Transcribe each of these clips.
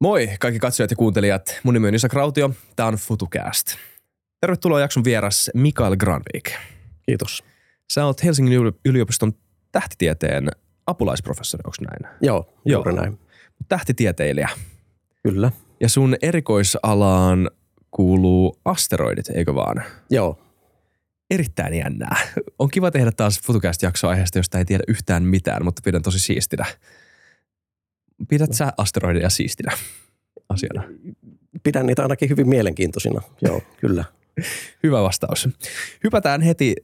Moi kaikki katsojat ja kuuntelijat. Mun nimi on Isak Rautio. Tää on FutuCast. Tervetuloa jakson vieras Mikael Granvik. Kiitos. Sä oot Helsingin yliopiston tähtitieteen apulaisprofessori, onko näin? Joo, juuri näin. Tähtitieteilijä. Kyllä. Ja sun erikoisalaan kuuluu asteroidit, eikö vaan? Joo. Erittäin jännää. On kiva tehdä taas FutuCast-jakso aiheesta, josta ei tiedä yhtään mitään, mutta pidän tosi siistinä. Pidät sä asteroideja siistinä asiana? Pidän niitä ainakin hyvin mielenkiintoisina. Joo, kyllä. Hyvä vastaus. Hypätään heti,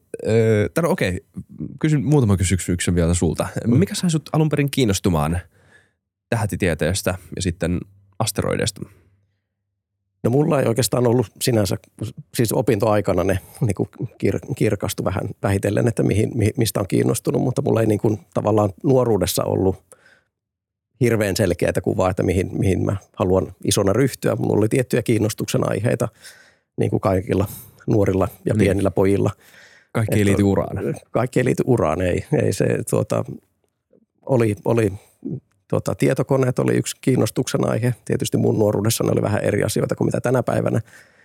kysyn muutama kysymyksen vielä sulta. Mikä sai sut alun perin kiinnostumaan tähtitieteestä ja sitten asteroideista? No mulla ei oikeastaan ollut sinänsä, siis opintoaikana ne niin kuin kirkastui vähän vähitellen, että mistä on kiinnostunut, mutta mulla ei niin kuin tavallaan nuoruudessa ollut hirveän selkeää kuvaa, että mihin mä haluan isona ryhtyä. Mulla oli tiettyjä kiinnostuksen aiheita, niin kuin kaikilla nuorilla ja pienillä pojilla. Kaikki ei liity uraan. Kaikki ei liity uraan, ei se oli tietokoneet oli yksi kiinnostuksen aihe. Tietysti mun nuoruudessa ne oli vähän eri asioita kuin mitä tänä päivänä.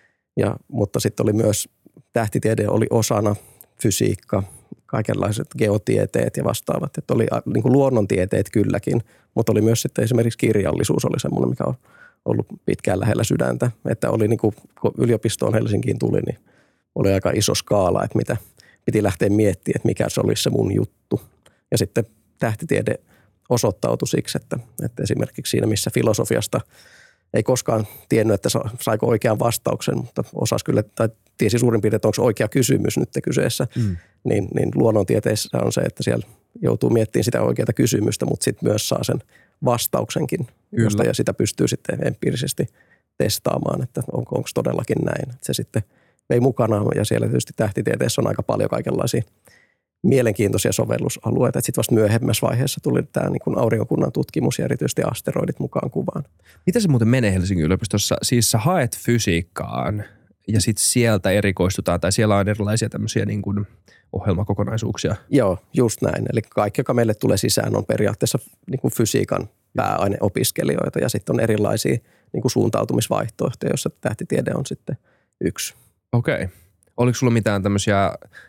Mutta sitten oli myös tähtitiede oli osana fysiikka, kaikenlaiset geotieteet ja vastaavat. Että oli niin kuin luonnontieteet kylläkin, mutta oli myös sitten esimerkiksi kirjallisuus oli semmoinen, mikä on ollut pitkään lähellä sydäntä. Että oli niin kuin, kun yliopistoon Helsinkiin tuli, niin oli aika iso skaala, että mitä piti lähteä miettimään, että mikä se olisi se mun juttu. Ja sitten tähtitiede osoittautui siksi, että esimerkiksi siinä, missä filosofiasta ei koskaan tiennyt, että saiko oikean vastauksen, mutta osasi kyllä, tai tiesi suurin piirtein, että onko oikea kysymys nyt kyseessä, niin luonnontieteissä on se, että siellä joutuu miettimään sitä oikeaa kysymystä, mutta sitten myös saa sen vastauksenkin, josta ja sitä pystyy sitten empiirisesti testaamaan, että onko todellakin näin. Että se sitten vei mukanaan, ja siellä tietysti tähtitieteessä on aika paljon kaikenlaisia mielenkiintoisia sovellusalueita. Sitten vasta myöhemmässä vaiheessa tuli tämä niin kuin aurinkokunnan tutkimus ja erityisesti asteroidit mukaan kuvaan. Miten se muuten menee Helsingin yliopistossa? Siis sä haet fysiikkaan ja sitten sieltä erikoistutaan tai siellä on erilaisia tämmöisiä niin kuin ohjelmakokonaisuuksia. Joo, just näin. Eli kaikki, joka meille tulee sisään, on periaatteessa niin kuin fysiikan pääaineopiskelijoita ja sitten on erilaisia niin kuin suuntautumisvaihtoehtoja, joissa tähtitiede on sitten yksi. Okei. Oliko sulla mitään tämmöisiä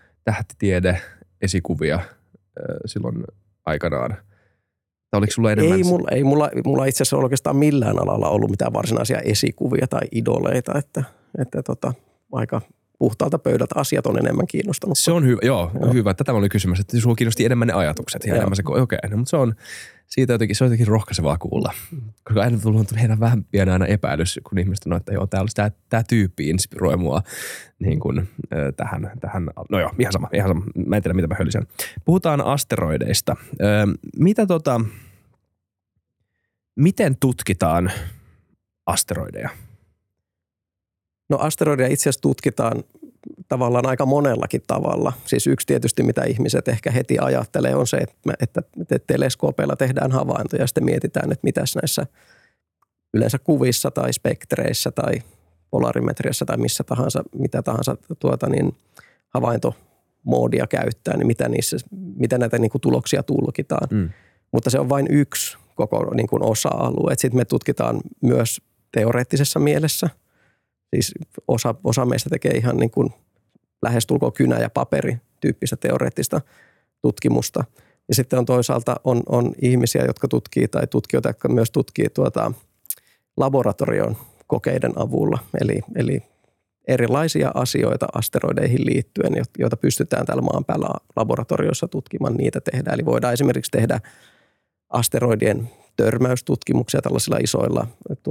tähtitiede-esikuvia silloin aikanaan? Tai oliko sulla enemmän? Ei mulla itse asiassa oikeastaan millään alalla ollut mitään varsinaisia esikuvia tai idoleita, että aika puhtaalta pöydältä asiat on enemmän kiinnostanut. Se on hyvä, joo. Hyvä. Tätä mä olin kysymässä, että sulla kiinnosti enemmän ne ajatukset ja enemmän se, mutta se on siitä jotenkin, se on jotenkin rohkaisevaa kuulla. Koska aina heidän vähän pieni aina epäilys, kun ihmiset sanoo, että joo, tämä tyyppi inspiroi mua niin kuin, tähän, no joo, ihan sama. Mä en tiedä, mitä mä hölisen. Puhutaan asteroideista. Miten tutkitaan asteroideja? No asteroideja itse asiassa tutkitaan tavallaan aika monellakin tavalla. Siis yksi tietysti, mitä ihmiset ehkä heti ajattelee, on se, että teleskoopeilla tehdään havaintoja ja sitten mietitään, että mitäs näissä yleensä kuvissa tai spektreissä tai polarimetriassa tai mitä tahansa havaintomoodia käyttää, niin mitä näitä niin kuin tuloksia tulkitaan. Mutta se on vain yksi koko niin kuin osa-alue. Sitten me tutkitaan myös teoreettisessa mielessä. Siis osa meistä tekee ihan niin kuin lähestulkoon kynä- ja paperi-tyyppistä teoreettista tutkimusta. Ja sitten on toisaalta on ihmisiä, jotka tutkii tai tutkijoita, jotka myös tutkii laboratorion kokeiden avulla. Eli erilaisia asioita asteroideihin liittyen, joita pystytään täällä maan päällä laboratoriossa tutkimaan, niitä tehdä. Eli voidaan esimerkiksi tehdä asteroidien törmäystutkimuksia tällaisilla isoilla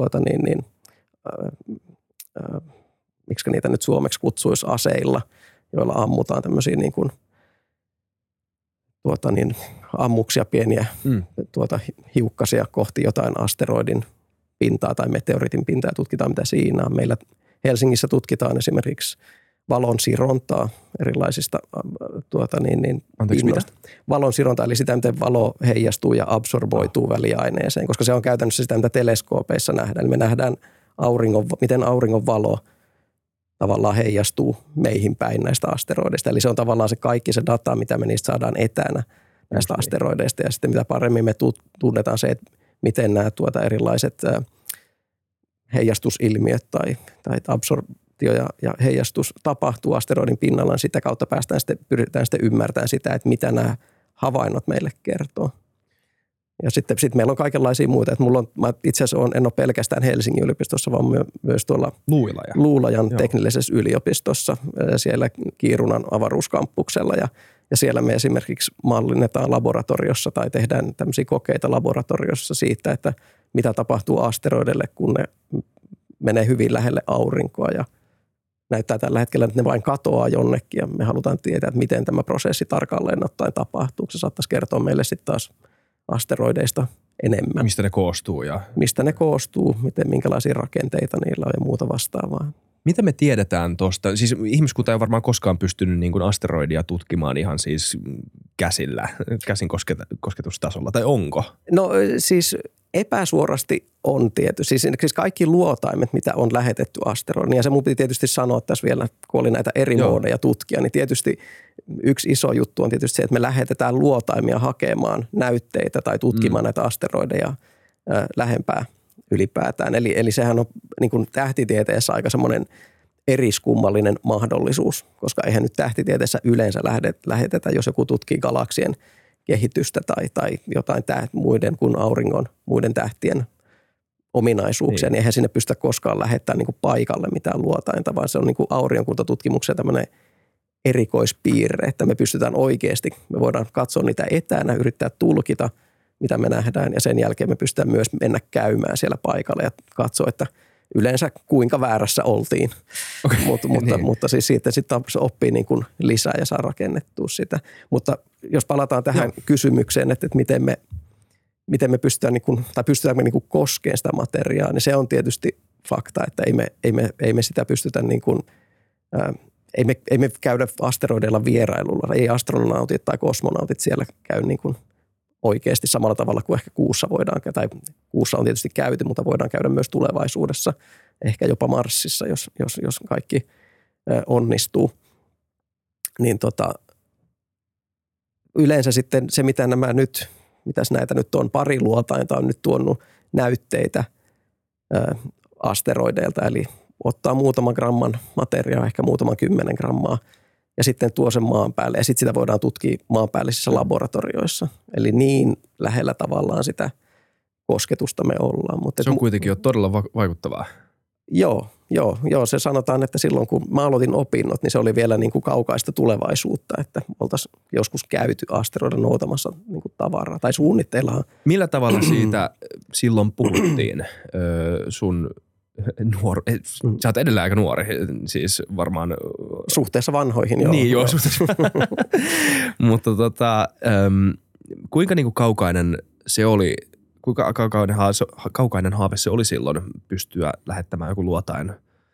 miksi niitä nyt suomeksi kutsuisi aseilla, joilla ammutaan tämmöisiä niin kuin, ammuksia pieniä hiukkasia kohti jotain asteroidin pintaa tai meteoriitin pintaa ja tutkitaan mitä siinä on. Meillä Helsingissä tutkitaan esimerkiksi valonsirontaa erilaisista pinnoista. Valonsironta eli sitä, miten valo heijastuu ja absorboituu väliaineeseen, koska se on käytännössä sitä, mitä teleskoopeissa nähdään. Eli me nähdään miten auringon valo tavallaan heijastuu meihin päin näistä asteroideista. Eli se on tavallaan se kaikki se data, mitä me niistä saadaan etänä näistä asteroideista. Ja sitten mitä paremmin me tunnetaan se, että miten nämä erilaiset heijastusilmiöt tai absorptio ja heijastus tapahtuu asteroidin pinnalla, niin sitä kautta pyritään sitten ymmärtämään sitä, että mitä nämä havainnot meille kertoo. Ja sitten meillä on kaikenlaisia muita. Että mä itse asiassa en ole pelkästään Helsingin yliopistossa, vaan myös tuolla Luulajan teknillisessä yliopistossa, siellä Kiirunan avaruuskampuksella. Ja siellä me esimerkiksi mallinnetaan laboratoriossa tai tehdään tämmöisiä kokeita laboratoriossa siitä, että mitä tapahtuu asteroideille, kun ne menee hyvin lähelle aurinkoa ja näyttää tällä hetkellä, että ne vain katoaa jonnekin ja me halutaan tietää, että miten tämä prosessi tarkalleen ottaen tapahtuu. Se saattaisi kertoa meille sitten taas asteroideista enemmän. Mistä ne koostuu Mistä ne koostuu, minkälaisia rakenteita niillä on ja muuta vastaavaa. Mitä me tiedetään tuosta? Siis ihmiskunta ei ole varmaan koskaan pystynyt niin kuin asteroidia tutkimaan ihan siis käsin kosketustasolla, tai onko? No siis epäsuorasti on tietysti. Siis kaikki luotaimet, mitä on lähetetty asteroidiin, ja se mun piti tietysti sanoa tässä vielä, kun oli näitä eri moodeja tutkia, niin tietysti yksi iso juttu on tietysti se, että me lähetetään luotaimia hakemaan näytteitä tai tutkimaan näitä asteroideja lähempää ylipäätään. Eli sehän on niin kuin tähtitieteessä aika semmoinen eriskummallinen mahdollisuus, koska eihän nyt tähtitieteessä yleensä lähetetä, jos joku tutkii galaksien kehitystä tai jotain muiden kuin auringon, muiden tähtien ominaisuuksia, niin eihän sinne pystytä koskaan lähettämään niin kuin paikalle mitään luotainta, vaan se on niin kuin auringonkuntatutkimuksen tämmöinen erikoispiirre, että me pystytään oikeasti, me voidaan katsoa niitä etänä, yrittää tulkita, mitä me nähdään, ja sen jälkeen me pystytään myös mennä käymään siellä paikalla ja katsoa, että yleensä kuinka väärässä oltiin. Okay, mutta siis siitä sitten se oppii niin kuin lisää ja saa rakennettua sitä. Mutta jos palataan tähän kysymykseen, että miten me pystytään niin kuin, tai pystytäänkö me niin kuin koskemaan sitä materiaa, niin se on tietysti fakta, että ei me sitä pystytä niin kuin, ei me käydä asteroideilla vierailulla. Ei astronautit tai kosmonautit siellä käy niin kuin oikeasti samalla tavalla kuin ehkä kuussa voidaan, tai kuussa on tietysti käyty, mutta voidaan käydä myös tulevaisuudessa, ehkä jopa Marsissa, jos kaikki onnistuu. Niin yleensä sitten se, mitäs näitä nyt on, pari luotainta on nyt tuonut näytteitä asteroideilta, eli ottaa muutaman gramman materiaa, ehkä muutaman 10 grammaa, ja sitten tuo sen maan päälle. Ja sitten sitä voidaan tutkia maanpäällisissä laboratorioissa. Eli niin lähellä tavallaan sitä kosketusta me ollaan. Mutta se on kuitenkin jo todella vaikuttavaa. Joo. Se sanotaan, että silloin kun mä aloitin opinnot, niin se oli vielä niin kuin kaukaista tulevaisuutta, että oltaisiin joskus käyty asteroiden noutamassa niin kuin tavaraa tai suunnitteillaan. Millä tavalla siitä silloin puhuttiin sun sä oot edelleen aika nuori, siis varmaan suhteessa vanhoihin, joo. Niin, joo. Suhteessa. Mutta kuinka niinku kaukainen se oli, kuinka kaukainen haave se oli silloin pystyä lähettämään joku luotain?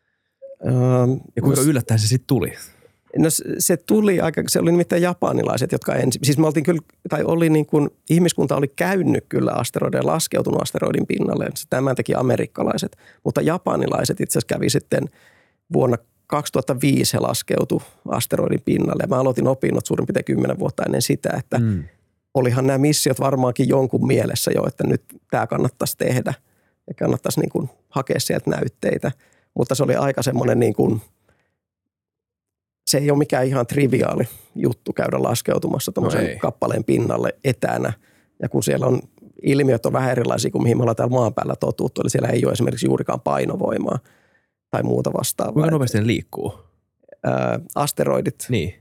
Ja kuinka yllättäen se sitten tuli? No se oli nimittäin japanilaiset, jotka siis me oltiin kyllä, tai oli niin kuin, ihmiskunta oli käynyt kyllä asteroidin ja laskeutunut asteroidin pinnalle. Tämän teki amerikkalaiset, mutta japanilaiset itse asiassa kävi sitten vuonna 2005 he laskeutui asteroidin pinnalle. Mä aloitin opinnot suurin piirtein 10 vuotta ennen sitä, että olihan nämä missiot varmaankin jonkun mielessä jo, että nyt tämä kannattaisi tehdä ja kannattaisi niin kuin hakea sieltä näytteitä. Mutta se oli aika semmoinen niin kuin, se ei ole mikään ihan triviaali juttu käydä laskeutumassa tuommoisen kappaleen pinnalle etänä. Ja kun siellä on, ilmiöt on vähän erilaisia kuin mihin me ollaan täällä maan päällä totuttu. Eli siellä ei ole esimerkiksi juurikaan painovoimaa tai muuta vastaavaa. Kuinka nopeasti ne liikkuu? Asteroidit. Niin.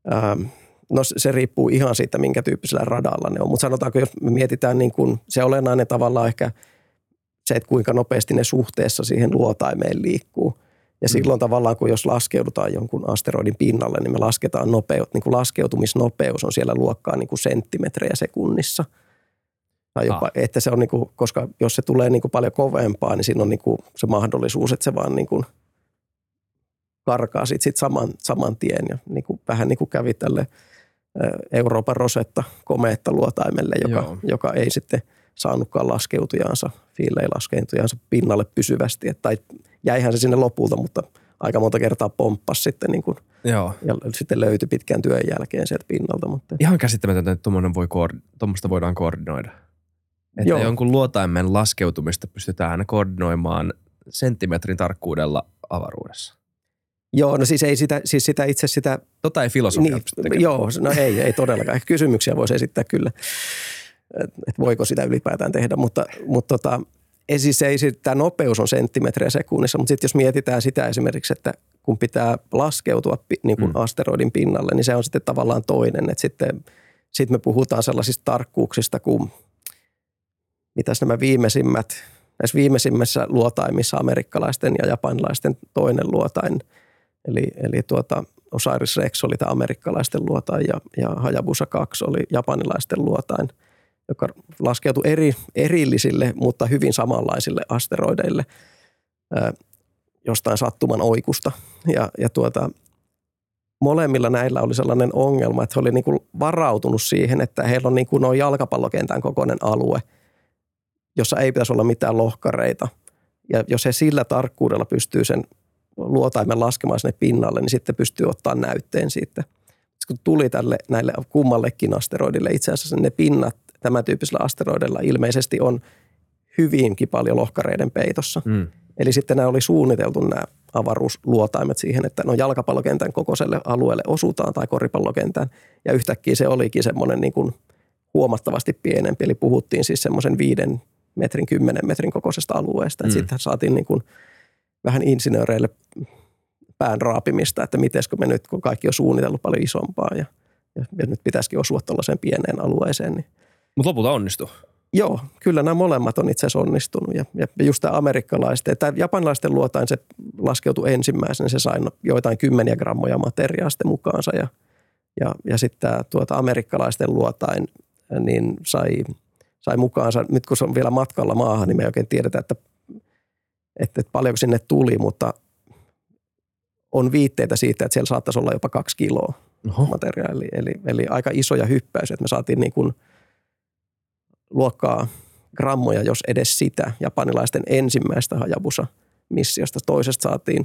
No se riippuu ihan siitä, minkä tyyppisellä radalla ne on. Mutta sanotaanko, jos me mietitään niin kuin se olennainen tavallaan ehkä se, että kuinka nopeasti ne suhteessa siihen luotaimeen liikkuu. Ja silloin tavallaan, kun jos laskeudutaan jonkun asteroidin pinnalle, niin me lasketaan nopeut. Niin kuin laskeutumisnopeus on siellä luokkaa niin kuin senttimetrejä sekunnissa. Tai jopa, että se on niin kuin, koska jos se tulee niin kuin paljon kovempaa, niin siinä on niin kuin se mahdollisuus, että se vaan niin kuin karkaa sit saman tien. Ja niin kuin, vähän niin kuin kävi tälle Euroopan Rosetta-komeetta-luotaimelle, joka ei sitten saanutkaan laskeutujaansa pinnalle pysyvästi. Tai jäihän se sinne lopulta, mutta aika monta kertaa pomppasi sitten niin kuin, ja sitten löytyi pitkän työn jälkeen sieltä pinnalta. Mutta. Ihan käsittämätöntä, että tuommoista voidaan koordinoida. Että jonkun luotaimen laskeutumista pystytään aina koordinoimaan senttimetrin tarkkuudella avaruudessa? Joo, no siis ei sitä itse sitä... Tota ei filosofia pysty tekemään. Joo, no ei todellakaan. Ehkä kysymyksiä voisi esittää kyllä, että voiko sitä ylipäätään tehdä, mutta tämä nopeus on senttimetriä sekunnissa, mutta sitten jos mietitään sitä esimerkiksi, että kun pitää laskeutua niin kuin asteroidin pinnalle, niin se on sitten tavallaan toinen, että sitten me puhutaan sellaisista tarkkuuksista kuin, mitäs nämä näissä viimeisimmissä luotaimissa amerikkalaisten ja japanilaisten toinen luotain, eli Osiris Rex oli tämä amerikkalaisten luotain ja Hayabusa 2 oli japanilaisten luotain, joka laskeutui erillisille, mutta hyvin samanlaisille asteroideille jostain sattuman oikusta. Ja molemmilla näillä oli sellainen ongelma, että he oli niin kuin varautunut siihen, että heillä on niin kuin noin jalkapallokentän kokoinen alue, jossa ei pitäisi olla mitään lohkareita. Ja jos he sillä tarkkuudella pystyy sen luotaimen laskemaan sinne pinnalle, niin sitten pystyy ottaa näytteen siitä. Kun tuli näille kummallekin asteroidille, itse asiassa ne pinnat tämän tyyppisillä asteroidilla ilmeisesti on hyvinkin paljon lohkareiden peitossa. Eli sitten nämä oli suunniteltu nämä avaruusluotaimet siihen, että no jalkapallokentän kokoiselle alueelle osutaan tai koripallokentän. Ja yhtäkkiä se olikin semmoinen niin kuin huomattavasti pienempi. Eli puhuttiin siis semmoisen 5 metrin, 10 metrin kokoisesta alueesta. Sitten saatiin niin kuin vähän insinööreille pään raapimista, että mitenkö me nyt, kun kaikki on suunnitellut paljon isompaa ja nyt pitäisikin osua tuollaiseen pieneen alueeseen. Niin. Mutta lopulta onnistui. Joo, kyllä nämä molemmat on itse asiassa onnistunut. Ja just tämä amerikkalaisten, tämä japanilaisten luotain se laskeutui ensimmäisenä, se sai joitain 10 grammoja materiaa sitten mukaansa. Ja sitten tämä amerikkalaisten luotain niin sai mukaansa, nyt kun se on vielä matkalla maahan, niin me ei oikein tiedetä, että paljonko sinne tuli, mutta on viitteitä siitä, että siellä saattaisi olla jopa 2 kiloa materiaalia. Eli aika isoja hyppäyksiä, että me saatiin niin kuin luokkaa grammoja, jos edes sitä, japanilaisten ensimmäistä Hayabusa-missiosta. Toisesta saatiin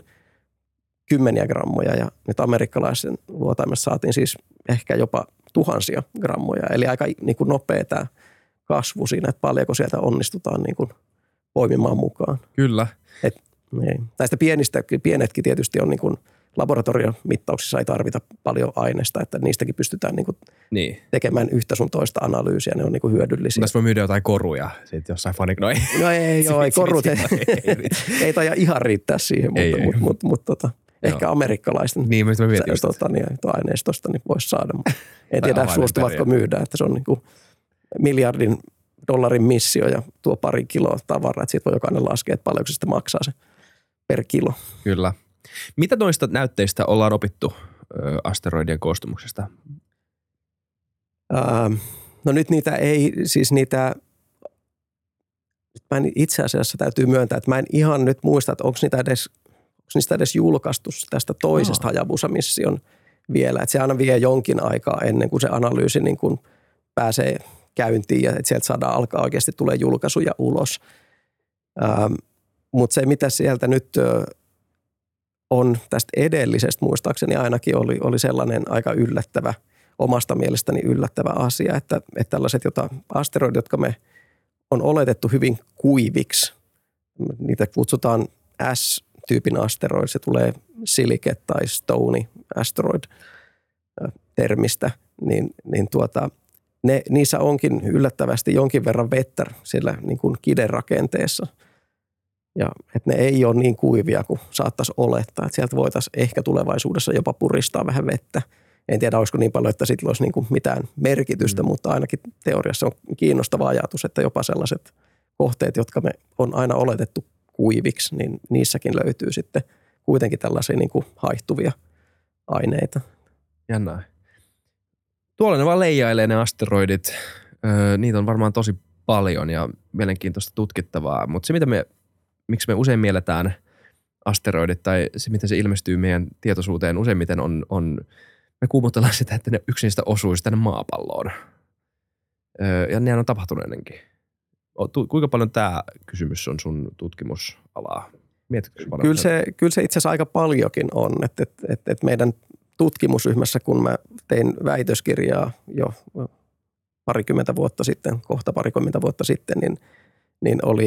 10 grammoja ja nyt amerikkalaisen luotaimessa saatiin siis ehkä jopa tuhansia grammoja. Eli aika niin kuin nopea tämä kasvu siinä, että paljonko sieltä onnistutaan niin kuin poimimaan mukaan. Kyllä. Näistä pienetkin tietysti on niin kuin laboratoriomittauksissa ei tarvita paljon aineesta, että niistäkin pystytään niin kuin tekemään yhtä sun toista analyysiä, ne on niin kuin hyödyllisiä. Tässä voi myydä jotain koruja sitten jossain ei korut ei taida ihan riittää siihen, mutta ehkä amerikkalaisten aineistosta niin voisi saada. En tiedä, suostuvatko myydä, että se on niin kuin $1 miljardin missio ja tuo 2 kiloa tavaraa, että siitä voi jokainen laskea, että paljonko se sitten maksaa se per kilo. Kyllä. Mitä noista näytteistä ollaan opittu asteroidien koostumuksesta? No nyt mä en itse asiassa täytyy myöntää, että mä en ihan nyt muista, että onko niistä edes julkaistu tästä toisesta Hayabusa-mission vielä. Että se aina vie jonkin aikaa ennen kuin se analyysi niin kuin pääsee käyntiin ja että sieltä saadaan alkaa oikeasti tulee julkaisuja ulos. Mutta se, mitä sieltä nyt on tästä edellisestä, muistaakseni ainakin oli sellainen aika yllättävä, omasta mielestäni yllättävä asia, että tällaiset asteroidit, jotka me on oletettu hyvin kuiviksi, niitä kutsutaan S-tyypin asteroid, se tulee Silicate tai Stony asteroid termistä, niissä onkin yllättävästi jonkin verran vettä siellä niin kuin kiderakenteessa. Ja että ne ei ole niin kuivia kuin saattaisi olettaa. Että sieltä voitaisiin ehkä tulevaisuudessa jopa puristaa vähän vettä. En tiedä, olisiko niin paljon, että sillä olisi niin kuin mitään merkitystä, mutta ainakin teoriassa on kiinnostava ajatus, että jopa sellaiset kohteet, jotka me on aina oletettu kuiviksi, niin niissäkin löytyy sitten kuitenkin tällaisia niin kuin haihtuvia aineita. Jännää. Tuolla ne vaan leijailee ne asteroidit. Niitä on varmaan tosi paljon ja mielenkiintoista tutkittavaa, mutta se miksi me usein mielletään asteroidit tai se, miten se ilmestyy meidän tietoisuuteen useimmiten me kuumotellaan sitä, että yksi niistä osuisi tänne maapalloon. Ja nehän on tapahtunut ennenkin. Kuinka paljon tämä kysymys on sun tutkimusalaa? Mietitkö paljon? Kyllä se itse asiassa aika paljonkin on, että meidän tutkimusryhmässä, kun mä tein väitöskirjaa jo parikymmentä vuotta sitten, niin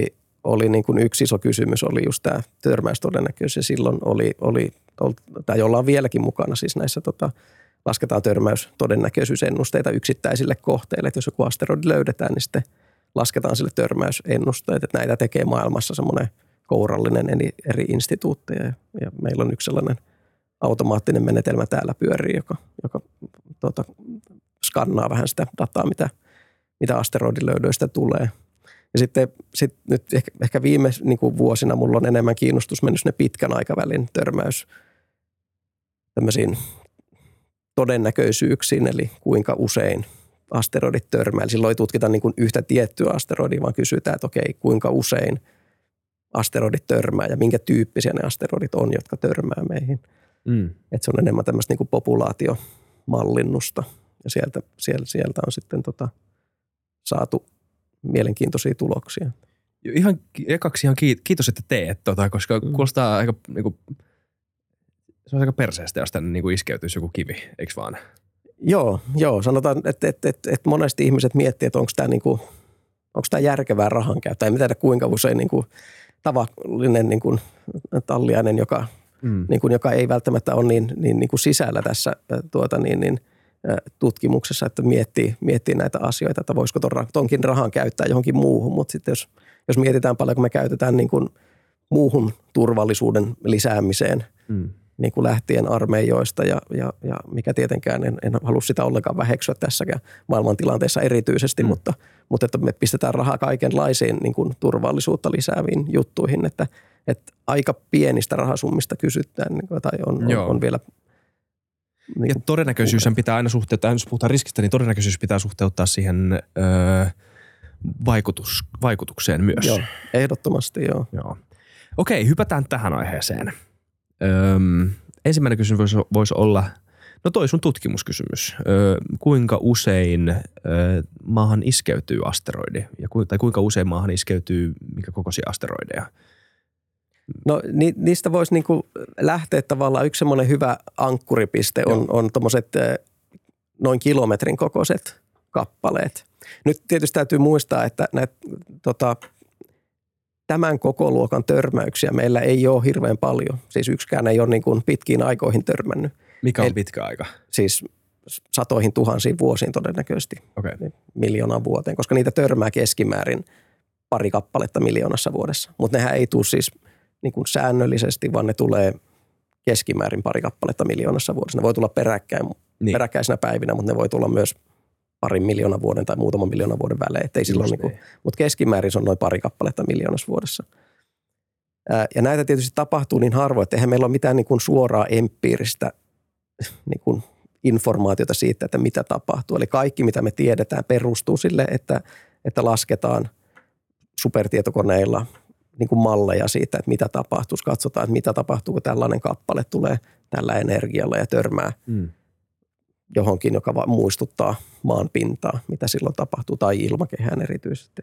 oli niin kuin yksi iso kysymys, oli just tämä törmäystodennäköisyys. Silloin tai ollaan vieläkin mukana siis näissä lasketaan törmäystodennäköisyysennusteita yksittäisille kohteille. Että jos joku asteroidi löydetään, niin sitten lasketaan sille törmäysennusteet. Että näitä tekee maailmassa semmoinen kourallinen eri instituutteja. Ja meillä on yksi sellainen automaattinen menetelmä täällä pyörii, joka skannaa vähän sitä dataa, mitä asteroidilöydöistä tulee. Ja sitten nyt ehkä viime niin kuin vuosina mulla on enemmän kiinnostus mennyt ne pitkän aikavälin törmäys tämmöisiin todennäköisyyksiin, eli kuinka usein asteroidit törmää. Eli silloin ei tutkita niin kuin yhtä tiettyä asteroidia, vaan kysytään, että okei, kuinka usein asteroidit törmää ja minkä tyyppisiä ne asteroidit on, jotka törmää meihin. Että se on enemmän tämmöistä niin kuin populaatiomallinnusta ja sieltä on sitten saatu mielenkiintoisia tuloksia. Ekaksi kiitos, että teet koska kuulostaa aika niinku, se on aika perseestä, jos tänne niinku iskeytyisi joku kivi, eikö vaan? Joo, sanotaan, että monesti ihmiset miettii, että onko tämä järkevää rahankäyttöä. En tiedä kuinka usein niin kuin tavallinen niin kuin talliainen, joka ei välttämättä ole niin kuin sisällä tässä tutkimuksessa, että miettii näitä asioita, että voisiko tonkin rahan käyttää johonkin muuhun. Mutta sitten jos mietitään paljon, kun me käytetään niin kuin muuhun turvallisuuden lisäämiseen, niin kuin lähtien armeijoista ja mikä tietenkään en halua sitä ollenkaan väheksyä tässäkään maailmantilanteessa erityisesti, mutta että me pistetään rahaa kaikenlaisiin niin kuin turvallisuutta lisääviin juttuihin, että aika pienistä rahasummista kysytään tai on vielä. Ja todennäköisyys pitää aina suhteuttaa, jos puhutaan riskistä, niin todennäköisyys pitää suhteuttaa siihen vaikutukseen myös. Joo, ehdottomasti joo. Okei, hypätään tähän aiheeseen. Ensimmäinen kysymys voisi olla, no toi sun tutkimuskysymys. Kuinka usein maahan iskeytyy asteroidi tai kuinka usein maahan iskeytyy mikä kokoisia asteroideja? No niistä voisi niinku lähteä tavallaan yksi semmoinen hyvä ankkuripiste on tommoset noin kilometrin kokoiset kappaleet. Nyt tietysti täytyy muistaa, että näitä tämän kokoluokan törmäyksiä meillä ei ole hirveän paljon. Siis yksikään ei ole niin kuin pitkiin aikoihin törmännyt. Mikä on pitkä aika? Siis satoihin tuhansiin vuosiin todennäköisesti. Miljoonaan vuoteen, koska niitä törmää keskimäärin pari kappaletta miljoonassa vuodessa. Mutta nehän ei tule siis niin kuin säännöllisesti, vaan ne tulee keskimäärin pari kappaletta miljoonassa vuodessa. Ne voi tulla peräkkäisinä päivinä, mutta ne voi tulla myös parin miljoonan vuoden tai muutaman miljoonan vuoden välein. Mutta keskimäärin se on noin pari kappaletta miljoonassa vuodessa. Ja näitä tietysti tapahtuu niin harvoin, että eihän meillä ole mitään niin kuin suoraa empiiristä niin kuin informaatiota siitä, että mitä tapahtuu. Eli kaikki, mitä me tiedetään, perustuu sille, että lasketaan supertietokoneilla niin kuin malleja siitä, että mitä tapahtuu. Katsotaan, että mitä tapahtuu, kun tällainen kappale tulee tällä energialla ja törmää johonkin, joka muistuttaa maan pintaa, mitä silloin tapahtuu, tai ilmakehään erityisesti.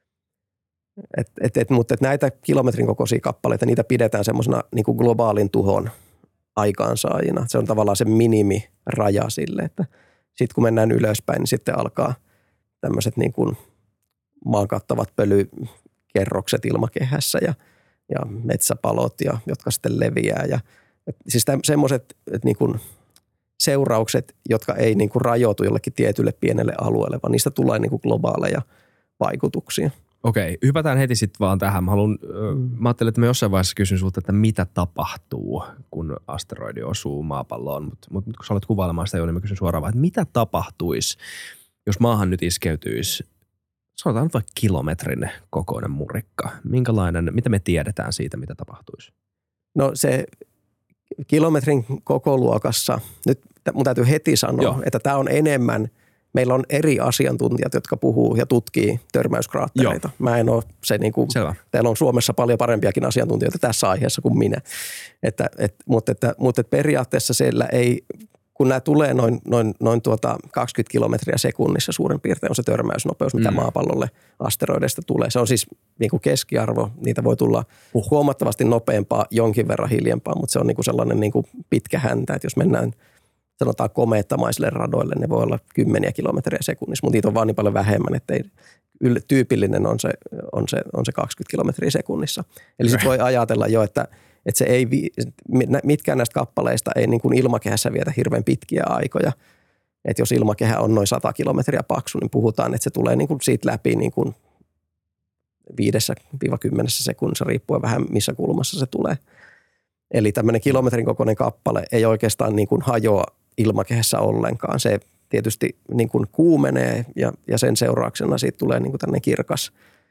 Mutta näitä kilometrin kokoisia kappaleita, niitä pidetään semmoisena niin kuin globaalin tuhon aikaansaajina. Se on tavallaan se minimiraja sille, että sitten kun mennään ylöspäin, niin sitten alkaa tämmöiset niin kuin maan kattavat pölykerrokset ilmakehässä ja metsäpalot, jotka sitten leviää. Siis semmoiset niin kuin seuraukset, jotka ei niin kuin rajoitu jollekin tietylle pienelle alueelle, vaan niistä tulee niin kuin globaaleja vaikutuksia. Okei, hypätään heti sitten vaan tähän. Mä ajattelin, että mä jossain vaiheessa kysyn sulta, että mitä tapahtuu, kun asteroidi osuu maapalloon. Mutta kun sä olet kuvailemaan sitä jo, niin mä kysyn suoraan vaan, että mitä tapahtuisi, jos maahan nyt iskeytyisi, sanotaan nyt vaikka kilometrin kokoinen murikka. Mitä me tiedetään siitä, mitä tapahtuisi? No se kilometrin kokoluokassa, nyt mun täytyy heti sanoa, että tämä on enemmän, meillä on eri asiantuntijat, jotka puhuu ja tutkii törmäyskraattereita. Mä en ole se niin kuin, teillä on Suomessa paljon parempiakin asiantuntijoita tässä aiheessa kuin minä. Mutta periaatteessa siellä ei, kun nämä tulee noin 20 kilometriä sekunnissa suurin piirtein on se törmäysnopeus, mitä maapallolle asteroideista tulee. Se on siis niin kuin keskiarvo, niitä voi tulla huomattavasti nopeampaa, jonkin verran hiljempaa, mutta se on niin kuin sellainen niin kuin pitkä häntä, että jos mennään sanotaan komeettamaisille radoille, ne voi olla 10 kilometriä sekunnissa, mutta niitä on vaan niin paljon vähemmän, että tyypillinen on se 20 kilometriä sekunnissa. Eli sitten voi ajatella jo, että se ei, mitkään näistä kappaleista ei niin kuin ilmakehässä vietä hirveän pitkiä aikoja. Että jos ilmakehä on noin 100 kilometriä paksu, niin puhutaan, että se tulee niin kuin siitä läpi niin kuin 5-10 sekunnissa, riippuen vähän missä kulmassa se tulee. Eli tämmöinen kilometrin kokoinen kappale ei oikeastaan niin kuin hajoa ilmakehässä ollenkaan. Se tietysti niin kuin kuumenee ja sen seurauksena siitä tulee niin kuin tämmöinen kirkas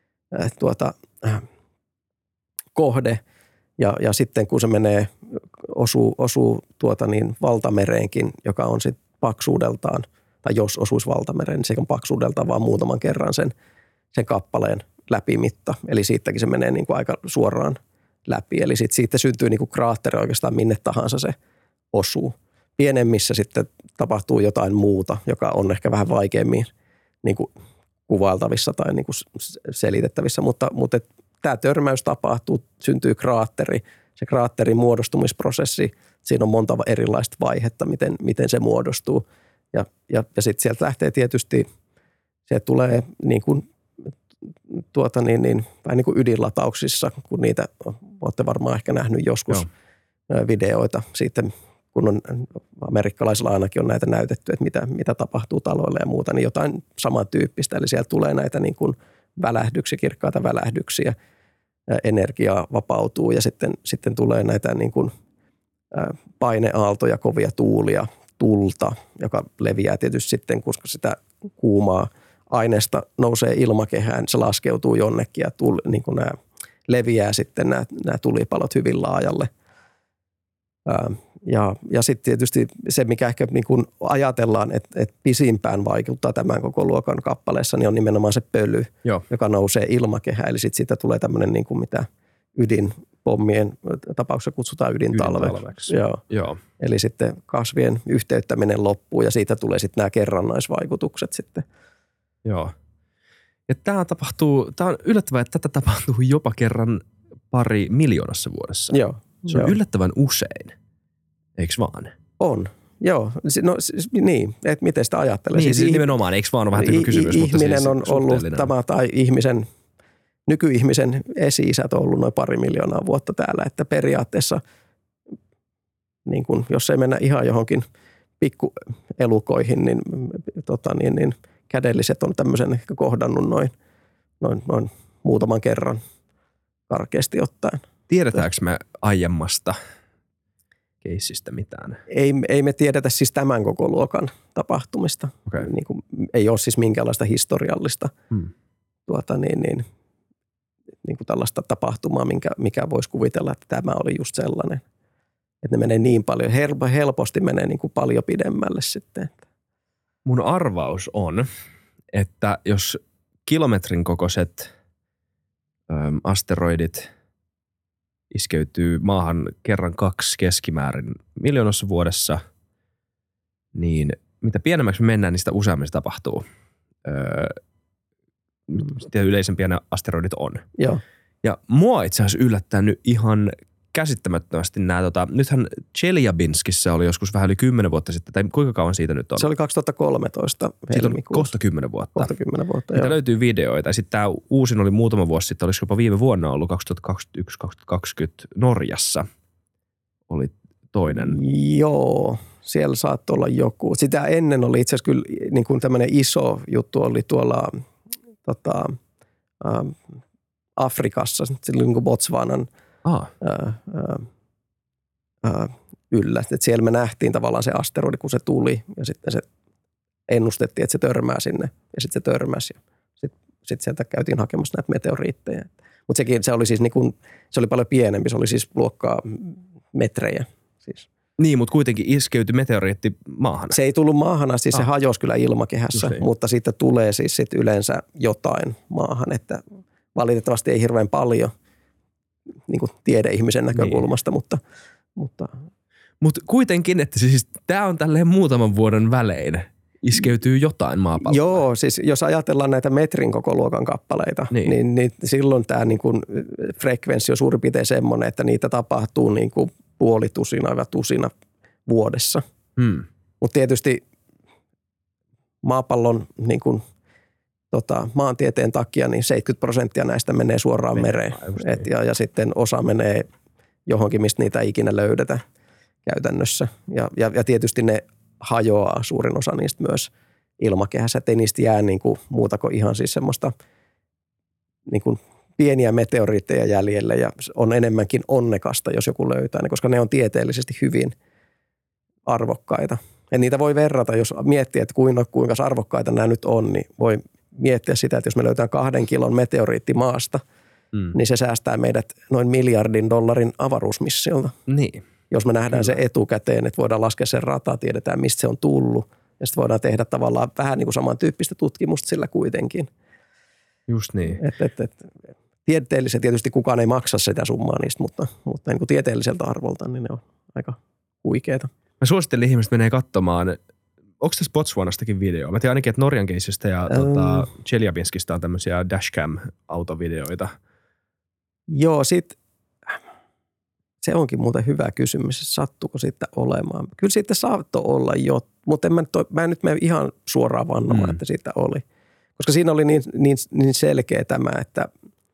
kohde. Ja sitten kun se menee, osuu valtamereenkin, joka on sitten paksuudeltaan, tai jos osuisi valtamereen, niin se on paksuudeltaan vaan muutaman kerran sen kappaleen läpimitta. Eli siitäkin se menee niin kuin aika suoraan läpi. Eli siitä syntyy niin kuin kraatteri oikeastaan minne tahansa se osuu. Pienemmissä sitten tapahtuu jotain muuta, joka on ehkä vähän vaikeammin niin kuin kuvailtavissa tai niin kuin selitettävissä, mutta tämä törmäys tapahtuu, syntyy kraatteri. Se kraatterin muodostumisprosessi, siinä on monta erilaista vaihetta, miten se muodostuu. Ja sitten sieltä lähtee tietysti, se tulee niin kuin, vähän niin kuin ydinlatauksissa, kun niitä olette varmaan ehkä nähnyt joskus videoita siitä, kun on amerikkalaisilla ainakin on näitä näytetty, että mitä tapahtuu taloille ja muuta, niin jotain samantyyppistä. Eli sieltä tulee näitä niin kuin välähdyksiä, kirkkaita välähdyksiä, energiaa vapautuu ja sitten tulee näitä niin kuin paineaaltoja, kovia tuulia, tulta, joka leviää tietysti sitten, koska sitä kuumaa aineesta nousee ilmakehään, se laskeutuu jonnekin ja niin kuin nämä leviää sitten nämä tulipalot hyvin laajalle. Ja sitten tietysti se, mikä ehkä niin kuin ajatellaan, että pisimpään vaikuttaa tämän koko luokan kappaleessa, niin on nimenomaan se pöly, joka nousee ilmakehään. Eli sitten siitä tulee tämmöinen, niin kuin mitä ydinpommien tapauksessa kutsutaan ydintalveksi. Joo. Eli sitten kasvien yhteyttäminen loppuu ja siitä tulee sitten nämä kerrannaisvaikutukset sitten. Joo. Ja tämä on yllättävää, että tätä tapahtuu jopa kerran 2 miljoonassa vuodessa. Joo. Se on yllättävän usein. Eikö vaan? On, joo. No niin, että miten sitä ajattelee. Niin, siis nimenomaan, eikö vaan ole vähän tyhmä kysymys, mutta ihminen siis on ollut tämä, tai nykyihmisen esi-isät on ollut noin 2 miljoonaa vuotta täällä, että periaatteessa, niin kun, jos ei mennä ihan johonkin pikkuelukoihin, niin kädelliset on tämmöisen ehkä kohdannut noin muutaman kerran karkeasti ottaen. Tiedetäänkö me aiemmasta keissistä mitään? Ei me tiedetä siis tämän koko luokan tapahtumista. Okay. Niin kuin, ei ole siis minkäänlaista historiallista niin kuin tällaista tapahtumaa, mikä voisi kuvitella, että tämä oli just sellainen. Että ne menee niin paljon, helposti menee niin kuin paljon pidemmälle sitten. Mun arvaus on, että jos kilometrin kokoiset asteroidit iskeytyy maahan kerran 2 keskimäärin miljoonassa vuodessa, niin mitä pienemmäksi me mennään, niin sitä useammin se tapahtuu. Mitä yleisempiä ne asteroidit on. Joo. Ja mua itse asiassa yllättänyt ihan käsittämättömästi nämä, nythän Chelyabinskissä oli joskus vähän yli 10 vuotta sitten, tai kuinka kauan siitä nyt on? Se oli 2013 siitä on kohta 10 vuotta. Kohta 10 vuotta, joo. Löytyy videoita. Ja sitten tämä uusin oli muutama vuosi sitten, olisiko jopa viime vuonna ollut 2021-2020 Norjassa oli toinen. Joo, siellä saattoi olla joku. Sitä ennen oli itse asiassa kyllä niin kuin tämmöinen iso juttu oli tuolla Afrikassa, silloin niin kuin Botswanan yllä. Et siellä me nähtiin tavallaan se asteroidi, kun se tuli ja sitten se ennustettiin, että se törmää sinne ja sitten se törmäsi ja sitten sieltä käytiin hakemassa näitä meteoriitteja. Mutta se oli siis niin kuin, se oli paljon pienempi, se oli siis luokkaa metrejä siis. Niin, mutta kuitenkin iskeytyi meteoriitti maahan. Se ei tullut maahan, siis se hajosi kyllä ilmakehässä, mutta sitten tulee siis sit yleensä jotain maahan, että valitettavasti ei hirveän paljon niin kuin tiedeihmisen näkökulmasta, mutta kuitenkin, että siis tämä on tälleen muutaman vuoden välein iskeytyy jotain maapallolle. Joo, siis jos ajatellaan näitä metrin koko luokan kappaleita, niin silloin tämä niin kuin frekvenssi on suurin piirtein semmoinen, että niitä tapahtuu niin kuin tusina vuodessa. Mutta tietysti maapallon niin kuin, maantieteen takia niin 70% näistä menee suoraan mereen. Ja sitten osa menee johonkin, mistä niitä ei ikinä löydetä käytännössä. Ja tietysti ne hajoaa suurin osa niistä myös ilmakehässä, ettei niistä jää niin kuin muuta kuin ihan siis semmoista niin kuin pieniä meteoriitteja jäljelle ja on enemmänkin onnekasta, jos joku löytää ne, koska ne on tieteellisesti hyvin arvokkaita. Ja niitä voi verrata, jos miettii, että kuinka arvokkaita nämä nyt on, niin voi miettiä sitä, että jos me löytää 2 kilon meteoriitti maasta, niin se säästää meidät noin $1 miljardin avaruusmissiolta. Niin. Jos me nähdään se etukäteen, että voidaan laskea sen rataa, tiedetään mistä se on tullut ja sitten voidaan tehdä tavallaan vähän niin kuin samantyyppistä tutkimusta sillä kuitenkin. Just niin. Tieteellisesti tietysti kukaan ei maksa sitä summaa niistä, mutta niin kuin tieteelliseltä arvolta niin ne on aika huikeita. Mä suosittelin ihmiset menee katsomaan, onko tässä Botswanastakin video? Mä tiedän ainakin, että Norjan keisistä ja Chelyabinskista on tämmöisiä dashcam-autovideoita. Joo, se onkin muuten hyvä kysymys, sattuuko siitä olemaan. Kyllä siitä saattoi olla jo, mutta mä en nyt mene ihan suoraan vannomaan, että siitä oli. Koska siinä oli niin selkeä tämä, että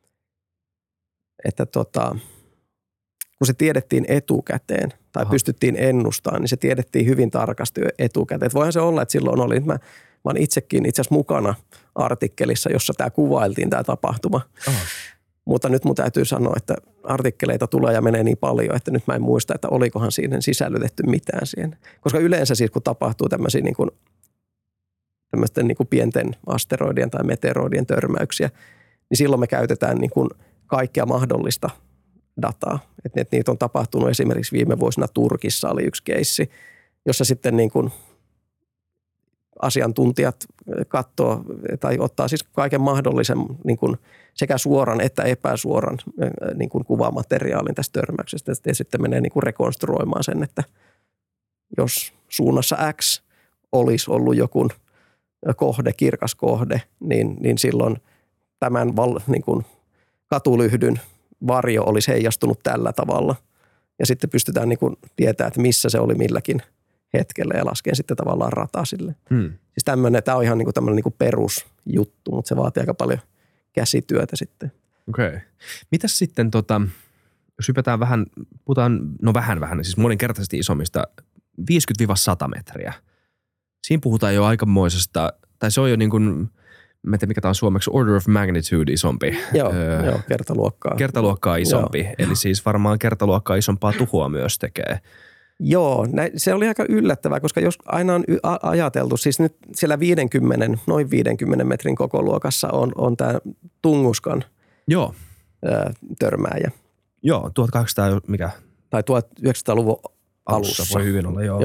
kun se tiedettiin etukäteen tai pystyttiin ennustamaan, niin se tiedettiin hyvin tarkasti etukäteen. Et voihan se olla, että silloin oli, mä olen itsekin itse asiassa mukana artikkelissa, jossa tämä kuvailtiin tämä tapahtuma. Mutta nyt mun täytyy sanoa, että artikkeleita tulee ja menee niin paljon, että nyt mä en muista, että olikohan siihen sisällytetty mitään siihen. Koska yleensä siis kun tapahtuu tämmöisiä niin kuin tämmöisten niin kuin pienten asteroidien tai meteoroidien törmäyksiä, niin silloin me käytetään niin kuin kaikkea mahdollista dataa. Että niitä on tapahtunut esimerkiksi viime vuosina Turkissa oli yksi keissi, jossa sitten niin kuin asiantuntijat katsoo tai ottaa siis kaiken mahdollisen niin kuin sekä suoran että epäsuoran niin kuin kuvamateriaalin tästä törmäyksestä. Ja sitten menee niin kuin rekonstruoimaan sen, että jos suunnassa X olisi ollut joku kohde, kirkas kohde, niin silloin tämän niin kuin katulyhdyn varjo olisi heijastunut tällä tavalla. Ja sitten pystytään niin kuin tietämään, että missä se oli milläkin hetkellä ja laskee sitten tavallaan rataa sille. Siis tämä on ihan niin kuin tämmöinen niin kuin perusjuttu, mutta se vaatii aika paljon käsityötä sitten. Okei. Mitäs sitten, jos hypätään vähän, puhutaan, vähän, siis moninkertaisesti isommista, 50-100 metriä. Siinä puhutaan jo aikamoisesta, tai se on jo niin kuin, mä en tiedä mikä tämä on suomeksi, order of magnitude isompi. Joo, kertaluokkaa. Kertaluokkaa isompi, joo. Eli siis varmaan kertaluokkaa isompaa tuhoa myös tekee. Joo, se oli aika yllättävää, koska jos aina on ajateltu, siis nyt siellä noin 50 metrin kokoluokassa on tämä Tunguskan törmääjä. Joo, 1800 mikä? Tai 1900-luvun alussa. Voi hyvin olla, joo.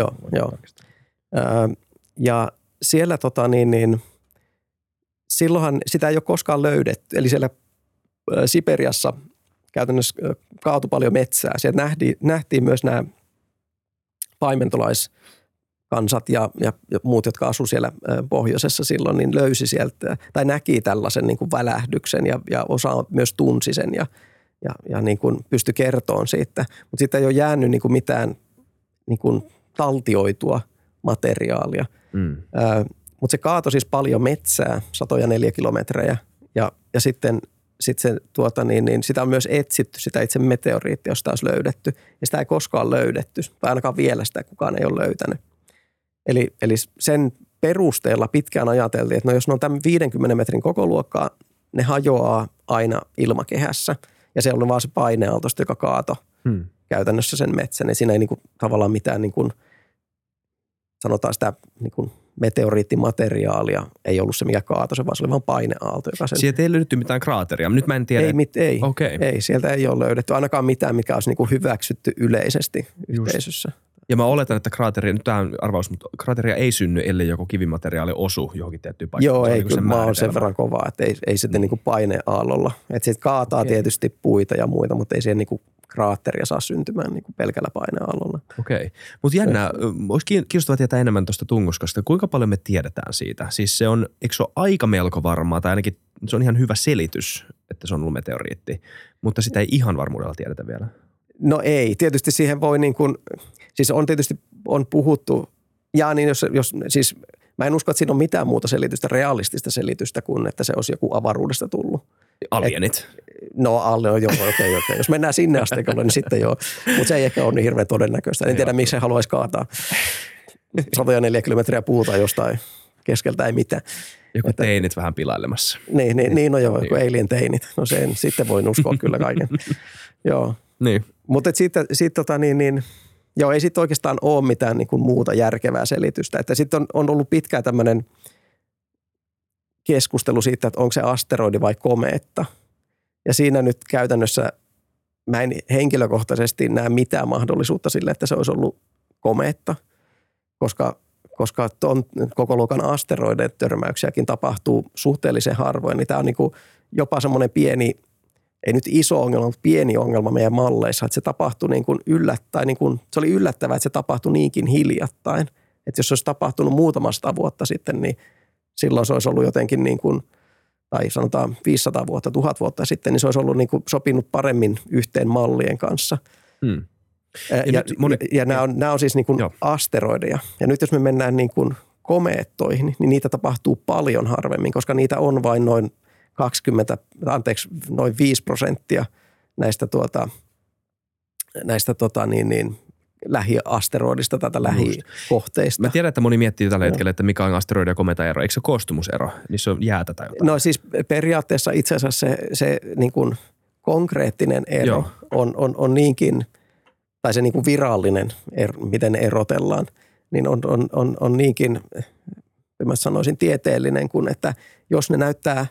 Ja siellä silloinhan sitä ei ole koskaan löydetty. Eli siellä Siperiassa käytännössä kaatui paljon metsää. Sieltä nähtiin myös nämä paimentolaiskansat ja muut, jotka asuivat siellä pohjoisessa silloin, niin löysi sieltä tai näki tällaisen niin kuin välähdyksen ja osa myös tunsi sen ja niin kuin pystyi kertomaan siitä. Mutta siitä ei ole jäänyt niin kuin mitään niin kuin taltioitua materiaalia. Mutta se kaatoi siis paljon metsää, 100 neliökilometrejä ja sitten se, sitä on myös etsitty, sitä itse meteoriittia, josta olisi löydetty. Ja sitä ei koskaan löydetty, tai ainakaan vielä sitä kukaan ei ole löytänyt. Eli sen perusteella pitkään ajateltiin, että jos ne on tämän 50 metrin kokoluokkaa, ne hajoaa aina ilmakehässä. Ja se on vaan se paineaaltoista, joka kaato käytännössä sen metsän. Ja siinä ei tavallaan mitään, sanotaan sitä meteoriittimateriaalia ei ollut se, mikä kaatoi, se vaan se oli vaan paineaalto. Sieltä ei löydetty mitään kraateria, nyt mä en tiedä. Ei, okay. Ei, sieltä ei ole löydetty ainakaan mitään, mikä olisi hyväksytty yleisesti yhteisössä. Ja mä oletan, että kraateria, nyt tämä on arvaus, mutta kraateria ei synny, ellei joku kivimateriaali osu johonkin tiettyyn paikkaan. Joo, ei, kyllä maa on sen verran kova, että ei sitten paineaallolla. Että sitten kaataa tietysti puita ja muita, mutta ei siihen kraatteria saa syntymään pelkällä paineaallolla. Okei. Mutta jännä, olisi kiinnostavaa tietää enemmän tuosta Tunguskasta. Kuinka paljon me tiedetään siitä? Siis se on, eikö se ole aika melko varmaa, tai ainakin se on ihan hyvä selitys, että se on ollut meteoriitti, mutta sitä ei ihan varmuudella tiedetä vielä. No ei, tietysti siihen voi siis on tietysti puhuttu, ja niin jos siis Mä en usko, että siinä on mitään muuta selitystä, realistista selitystä kuin, että se olisi joku avaruudesta tullut. Alienit. Okei. Jos mennään sinne asteikolle, niin sitten joo. Mutta se ei ehkä ole niin hirveän todennäköistä. En tiedä, miksi se haluaisi kaataa 104 kilometriä puuta jostain keskeltä, ei mitään. Joku teinit vähän pilailemassa. Niin, no joo, joku alien teinit. No sen sitten voin uskoa kyllä kaiken. Joo. Niin. Mutta sitten joo, ei sitten oikeastaan ole mitään niin kuin muuta järkevää selitystä. Että sitten on ollut pitkään tämmöinen keskustelu siitä, että onko se asteroidi vai komeetta. Ja siinä nyt käytännössä mä en henkilökohtaisesti näe mitään mahdollisuutta sille, että se olisi ollut komeetta, koska ton koko luokan asteroiden törmäyksiäkin tapahtuu suhteellisen harvoin. Niin tämä on niin kuin jopa semmoinen pieni, ei nyt iso ongelma, mutta pieni ongelma meidän malleissa, että se tapahtui niin kuin se oli yllättävää, että se tapahtui niinkin hiljattain. Että jos se olisi tapahtunut muutama 100 vuotta sitten, niin silloin se olisi ollut jotenkin niin kuin, tai sanotaan 500 vuotta, 1000 vuotta sitten, niin se olisi ollut niin kuin sopinut paremmin yhteen mallien kanssa. Ja nämä on siis niin kuin asteroideja. Ja nyt jos me mennään niin kuin komeettoihin, niin niitä tapahtuu paljon harvemmin, koska niitä on vain noin 5% näistä lähiasteroidista tai lähikohteista. Mä tiedän, että moni miettii tällä hetkellä, että mikä on asteroidi ja kometa ero. Eikö se koostumusero? Niissä on jäätä tai jotain. No siis periaatteessa itse asiassa se niin kuin konkreettinen ero on niinkin, tai se niin kuin virallinen miten ne erotellaan, niin on niinkin, mä sanoisin tieteellinen, kuin että jos ne näyttää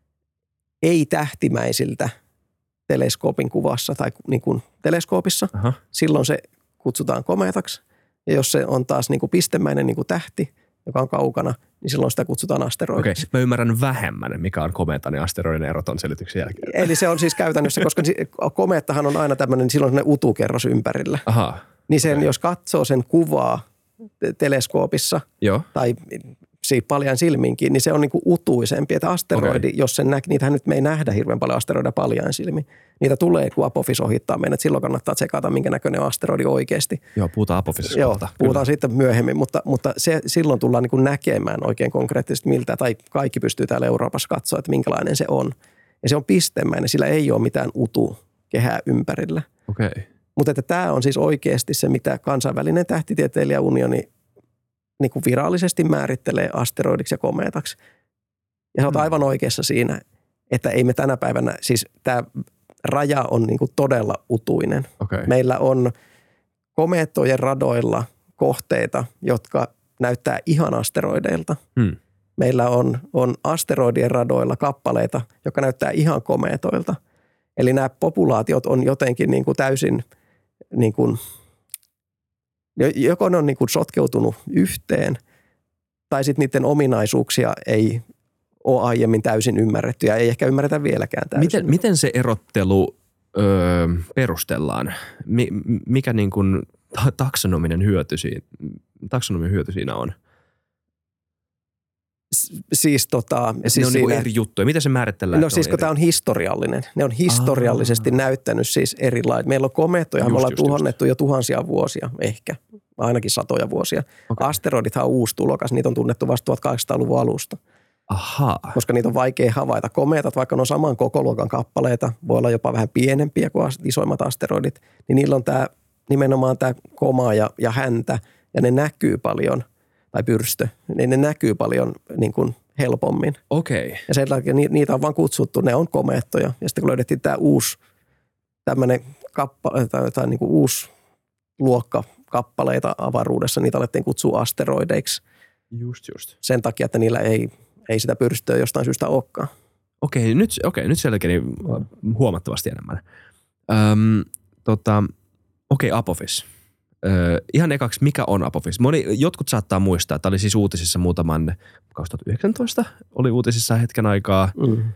ei-tähtimäisiltä teleskoopin kuvassa tai niin kuin teleskoopissa, silloin se kutsutaan komeetaksi. Ja jos se on taas niin kuin pistemäinen niin kuin tähti, joka on kaukana, niin silloin sitä kutsutaan asteroidiksi. Okei, mä ymmärrän vähemmän, mikä on komeetan ja asteroidin erot on selityksen jälkeen. Eli se on siis käytännössä, koska komeettahan on aina tämmöinen, niin silloin sellainen utukerros ympärillä. Aha. Niin sen, jos katsoo sen kuvaa teleskoopissa tai paljain silminkin, niin se on niin kuin utuisempi. Että asteroidi, jos sen niitähän nyt me ei nähdä hirveän paljon asteroideja paljain silmin. Niitä tulee, kun Apophis ohittaa meidät. Silloin kannattaa tsekata, minkä näköinen on asteroidi oikeasti. Joo, puhutaan Apophisista. Joo, puhutaan siitä myöhemmin, mutta silloin tullaan niin kuin näkemään oikein konkreettisesti miltä, tai kaikki pystyy täällä Euroopassa katsoa, että minkälainen se on. Ja se on pistemäinen, sillä ei ole mitään utukehää ympärillä. Okei. Mutta että tämä on siis oikeasti se, mitä kansainvälinen tähtitieteilijäunioni niin kuin virallisesti määrittelee asteroidiksi ja komeetaksi. Ja sä oot aivan oikeassa siinä, että ei me tänä päivänä, siis tämä raja on niin kuin todella utuinen. Okay. Meillä on komeettojen radoilla kohteita, jotka näyttää ihan asteroideilta. Meillä on asteroidien radoilla kappaleita, jotka näyttää ihan komeetoilta. Eli nämä populaatiot on jotenkin niin kuin täysin niin kuin joko ne on niin kuin sotkeutunut yhteen, tai sitten niiden ominaisuuksia ei ole aiemmin täysin ymmärretty, ja ei ehkä ymmärretä vieläkään täysin. Miten se erottelu perustellaan? Mikä niin kuin taksonominen hyöty siinä on? Siis ne on niin eri juttuja. Miten se määritellään? No siis kun tämä on historiallinen. Ne on historiallisesti näyttänyt siis erilainen. Meillä on komeettoja, me ollaan tuhonnettu jo tuhansia vuosia, ehkä ainakin satoja vuosia. Okay. Asteroidithan on uusi tulokas, niitä on tunnettu vasta 1800-luvun alusta. Aha. Koska niitä on vaikea havaita. Komeetat, vaikka ne on saman kokoluokan kappaleita, voi olla jopa vähän pienempiä kuin isoimmat asteroidit, niin niillä on nimenomaan tämä koma ja häntä, ja ne näkyy paljon, tai pyrstö, niin ne näkyy paljon niin kuin helpommin. Okei. Ja sen takia niitä on vaan kutsuttu, ne on komeettoja. Ja sitten kun löydettiin tämä uusi tämmöinen tai niin kuin uusi luokka kappaleita avaruudessa, niitä alettiin kutsua asteroideiksi. Just. Sen takia, että niillä ei sitä pyrstöä jostain syystä olekaan. Okei, nyt selkeä huomattavasti enemmän. Apophis. Ihan ekaksi, mikä on Apophis? Jotkut saattaa muistaa, että oli siis uutisissa 2019 oli uutisissa hetken aikaa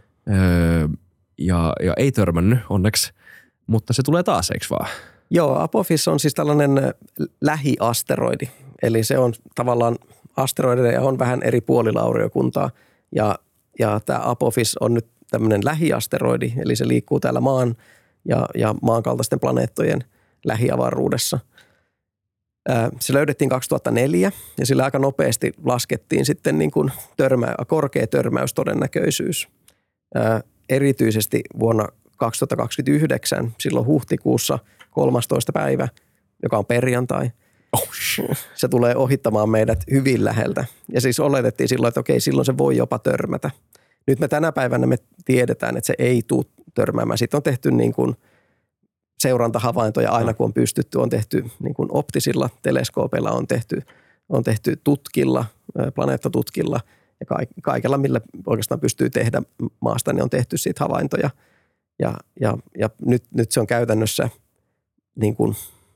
ja ei törmännyt onneksi, mutta se tulee taas, eikö vaan? Joo, Apophis on siis tällainen lähiasteroidi, eli se on tavallaan asteroideja on vähän eri puolilla aurinkokuntaa ja tämä Apophis on nyt tämmöinen lähiasteroidi, eli se liikkuu täällä maan ja maan kaltaisten planeettojen lähiavaruudessa. Se löydettiin 2004 ja sillä aika nopeasti laskettiin sitten niin kuin korkea törmäystodennäköisyys. Erityisesti vuonna 2029, silloin huhtikuussa 13. päivä, joka on perjantai. Se tulee ohittamaan meidät hyvin läheltä. Ja siis oletettiin silloin, että okei, silloin se voi jopa törmätä. Nyt me tänä päivänä me tiedetään, että se ei tule törmäämään. Sitten on tehty niin kuin seurantahavaintoja aina, kun on pystytty. On tehty niin kuin optisilla teleskoopeilla, on tehty tutkilla, planeettatutkilla ja kaikella, millä oikeastaan pystyy tehdä maasta, niin on tehty siitä havaintoja. Ja nyt se on käytännössä niin kuin,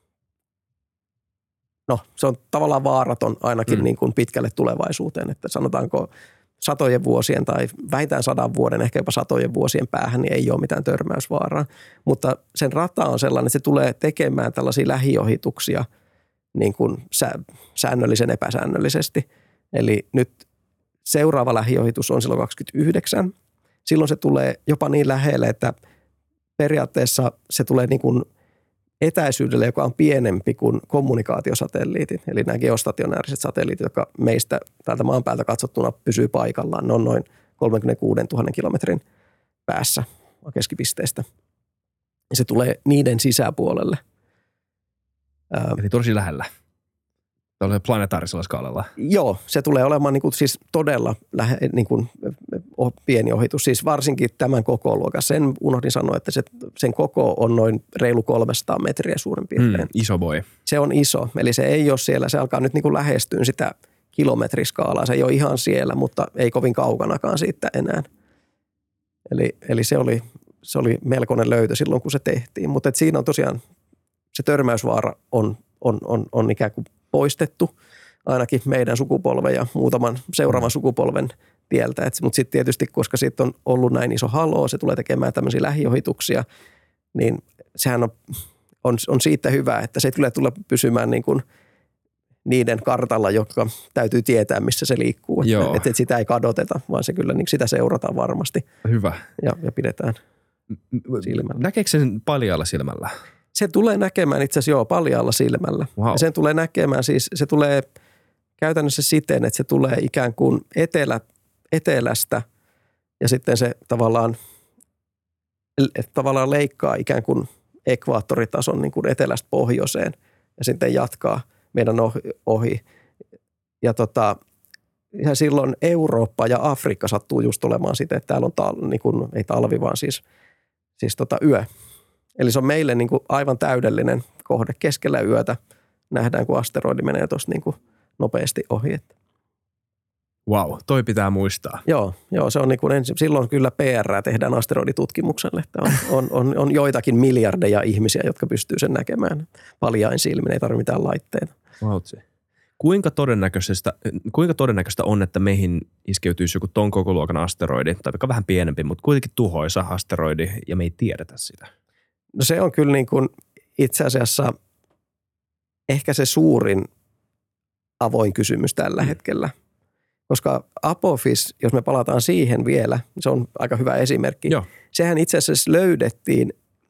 no se on tavallaan vaaraton ainakin niin kuin pitkälle tulevaisuuteen, että sanotaanko satojen vuosien tai vähintään 100 vuoden, ehkä jopa satojen vuosien päähän, niin ei ole mitään törmäysvaaraa. Mutta sen rata on sellainen, että se tulee tekemään tällaisia lähiohituksia niin kuin säännöllisen epäsäännöllisesti. Eli nyt seuraava lähiohitus on silloin 29. Silloin se tulee jopa niin lähelle, että periaatteessa se tulee niin kuin etäisyydelle, joka on pienempi kuin kommunikaatiosatelliitit, eli nämä geostationääriset satelliitit, jotka meistä täältä maan päältä katsottuna pysyy paikallaan. Ne on noin 36 000 kilometrin päässä keskipisteestä. Ja se tulee niiden sisäpuolelle. Eli tosi lähellä. Tällaisella planetaarisella skaalalla. Joo, se tulee olemaan niin kuin, siis todella niin kuin, pieni ohitus, siis varsinkin tämän kokoluokan. Sen unohdin sanoa, että sen koko on noin reilu 300 metriä suurin piirtein. Iso boy. Se on iso, eli se ei ole siellä, se alkaa nyt niin kuin lähestyä sitä kilometriskaalaa. Se ei ole ihan siellä, mutta ei kovin kaukanakaan siitä enää. Eli se oli melkoinen löytö silloin, kun se tehtiin. Mutta siinä on tosiaan, se törmäysvaara on ikään kuin poistettu ainakin meidän sukupolven ja muutaman seuraavan sukupolven tieltä. Mutta sitten tietysti, koska siitä on ollut näin iso haloo, se tulee tekemään tämmöisiä lähiohituksia, niin sehän on siitä hyvä, että se tulee tulla pysymään niin kuin niiden kartalla, jotka täytyy tietää, missä se liikkuu. Että sitä ei kadoteta, vaan se kyllä niin sitä seurataan varmasti. Hyvä. Ja pidetään silmällä. Näkeekö sen paljaalla silmällä? Se tulee näkemään itse asiassa paljaalla silmällä. Wow. Ja sen tulee näkemään siis, se tulee käytännössä siten, että se tulee ikään kuin etelästä ja sitten se tavallaan leikkaa ikään kuin ekvaattoritason niin kuin etelästä pohjoiseen ja sitten jatkaa meidän ohi. Ja silloin Eurooppa ja Afrikka sattuu just olemaan siten, että täällä on niin kuin, ei talvi, vaan siis yö. Eli se on meille niin kuin aivan täydellinen kohde keskellä yötä. Nähdään, kun asteroidi menee tuossa niin kuin nopeasti ohi. Wow, toi pitää muistaa. Joo, se on niin kuin silloin kyllä PR tehdään asteroiditutkimukselle. On joitakin miljardeja ihmisiä, jotka pystyy sen näkemään paljain silmin, ei tarvitse mitään laitteita. Vautsi. Kuinka todennäköistä on, että meihin iskeytyisi joku ton kokoluokan asteroidi, tai vaikka vähän pienempi, mutta kuitenkin tuhoisa asteroidi, ja me ei tiedetä sitä? No se on kyllä niin kuin itse asiassa ehkä se suurin avoin kysymys tällä hetkellä. Koska Apophis, jos me palataan siihen vielä, se on aika hyvä esimerkki. Joo. Sehän itse asiassa löydettiin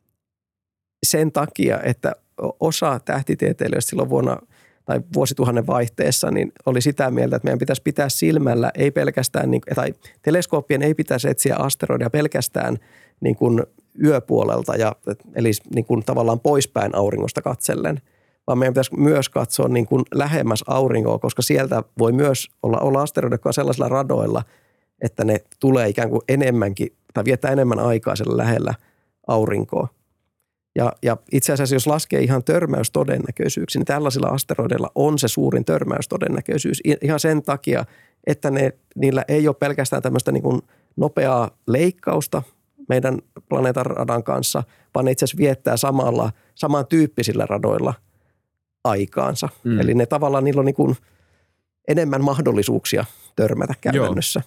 sen takia, että osa tähtitieteilijöistä silloin vuosituhannen vaihteessa niin oli sitä mieltä, että meidän pitäisi pitää silmällä, ei pelkästään, tai teleskooppien ei pitäisi etsiä asteroidia pelkästään niin kuin yöpuolelta, eli niin kuin tavallaan poispäin auringosta katsellen, vaan meidän pitäisi myös katsoa niin kuin lähemmäs aurinkoa, koska sieltä voi myös olla asteroideja, jotka on sellaisilla radoilla, että ne tulee ikään kuin enemmänkin tai viettää enemmän aikaa siellä lähellä aurinkoa. Ja itse asiassa, jos laskee ihan törmäystodennäköisyyksiä, niin tällaisilla asteroideilla on se suurin törmäystodennäköisyys ihan sen takia, että niillä ei ole pelkästään tämmöistä niin kuin nopeaa leikkausta meidän planeetan radan kanssa, vaan ne itse asiassa viettää samantyyppisillä radoilla aikaansa. Eli ne tavallaan niillä on niin kuin enemmän mahdollisuuksia törmätä käytännössä.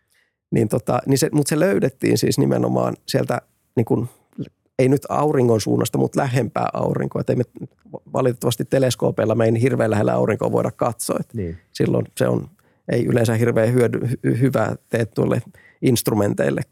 Mutta se löydettiin siis nimenomaan sieltä niin kuin ei nyt auringon suunnasta, mutta lähempää aurinkoa. Että ei me valitettavasti teleskoopeilla me ei hirveän lähellä aurinkoa voida katsoa. Niin. Silloin se ei yleensä hirveän hyvää tee tuolle instrumenteille, kun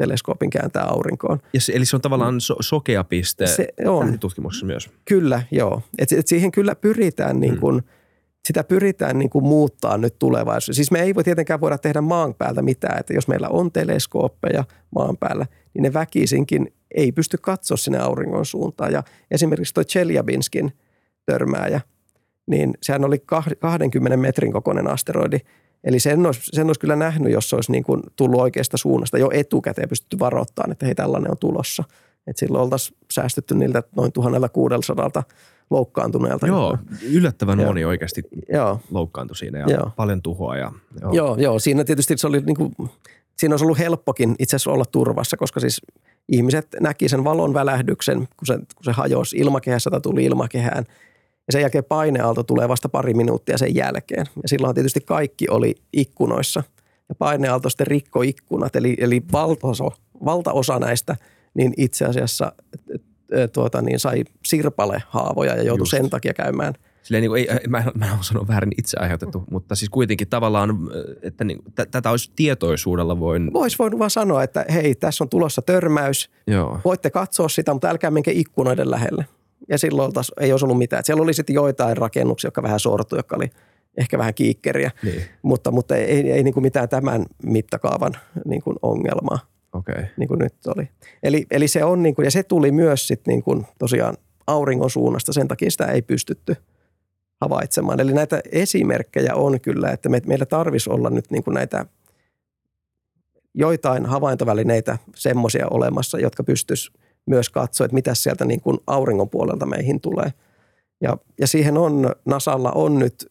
teleskoopin kääntää aurinkoon. Eli se on tavallaan sokea piste tutkimuksessa myös. Kyllä, joo. Et siihen kyllä pyritään sitä pyritään muuttaa nyt tulevaisuudessa. Siis me ei voi tietenkään voida tehdä maan päältä mitään, että jos meillä on teleskooppeja maan päällä, niin ne väkisinkin ei pysty katsoa sinne auringon suuntaan. Ja esimerkiksi tuo Tseljabinskin törmääjä, niin sehän oli 20 metrin kokoinen asteroidi. Eli sen olisi kyllä nähnyt, jos se olisi niin kuin tullut oikeasta suunnasta jo etukäteen pystytty varoittamaan, että hei, tällainen on tulossa. Että silloin oltaisiin säästytty niiltä noin 1600 loukkaantuneelta. Joo, yllättävän moni oikeasti loukkaantui siinä ja paljon tuhoa. Joo, siinä tietysti se oli niin kuin, siinä olisi ollut helppokin itse asiassa olla turvassa, koska siis ihmiset näki sen valon välähdyksen, kun se hajosi ilmakehässä tai tuli ilmakehään. Ja sen jälkeen paineaalto tulee vasta pari minuuttia sen jälkeen. Ja silloin tietysti kaikki oli ikkunoissa. Ja paineaalto sitten rikkoi ikkunat, eli valtaosa näistä niin itse asiassa sai sirpalehaavoja ja joutui sen takia käymään. Silleen mä en ole sanonut väärin itse aiheutettu, mutta siis kuitenkin tavallaan, että tätä olisi tietoisuudella Voisi voinut vaan sanoa, että hei, tässä on tulossa törmäys. Joo. Voitte katsoa sitä, mutta älkää menkö ikkunoiden lähelle. Ja silloin taas ei olisi ollut mitään. Et siellä oli sitten joitain rakennuksia, jotka vähän sortui, jotka oli ehkä vähän kiikkeriä, mutta ei niin kuin mitään tämän mittakaavan niin kuin ongelmaa, niin kuin nyt oli. Eli se on, niin kuin, ja se tuli myös sitten niin kuin tosiaan auringon suunnasta, sen takia sitä ei pystytty havaitsemaan. Eli näitä esimerkkejä on kyllä, että meillä tarvitsisi olla nyt niin kuin näitä joitain havaintovälineitä semmoisia olemassa, jotka pystyisi myös katsoa, että mitä sieltä niin kuin auringon puolelta meihin tulee. Ja siihen NASAlla on nyt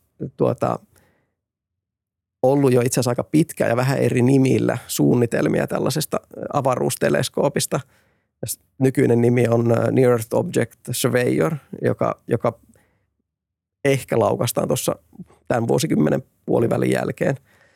ollut jo itse asiassa aika pitkä ja vähän eri nimillä suunnitelmia tällaisesta avaruusteleskoopista. Nykyinen nimi on Near Earth Object Surveyor, joka ehkä laukaistaan tuossa tämän vuosikymmenen puolivälin jälkeen.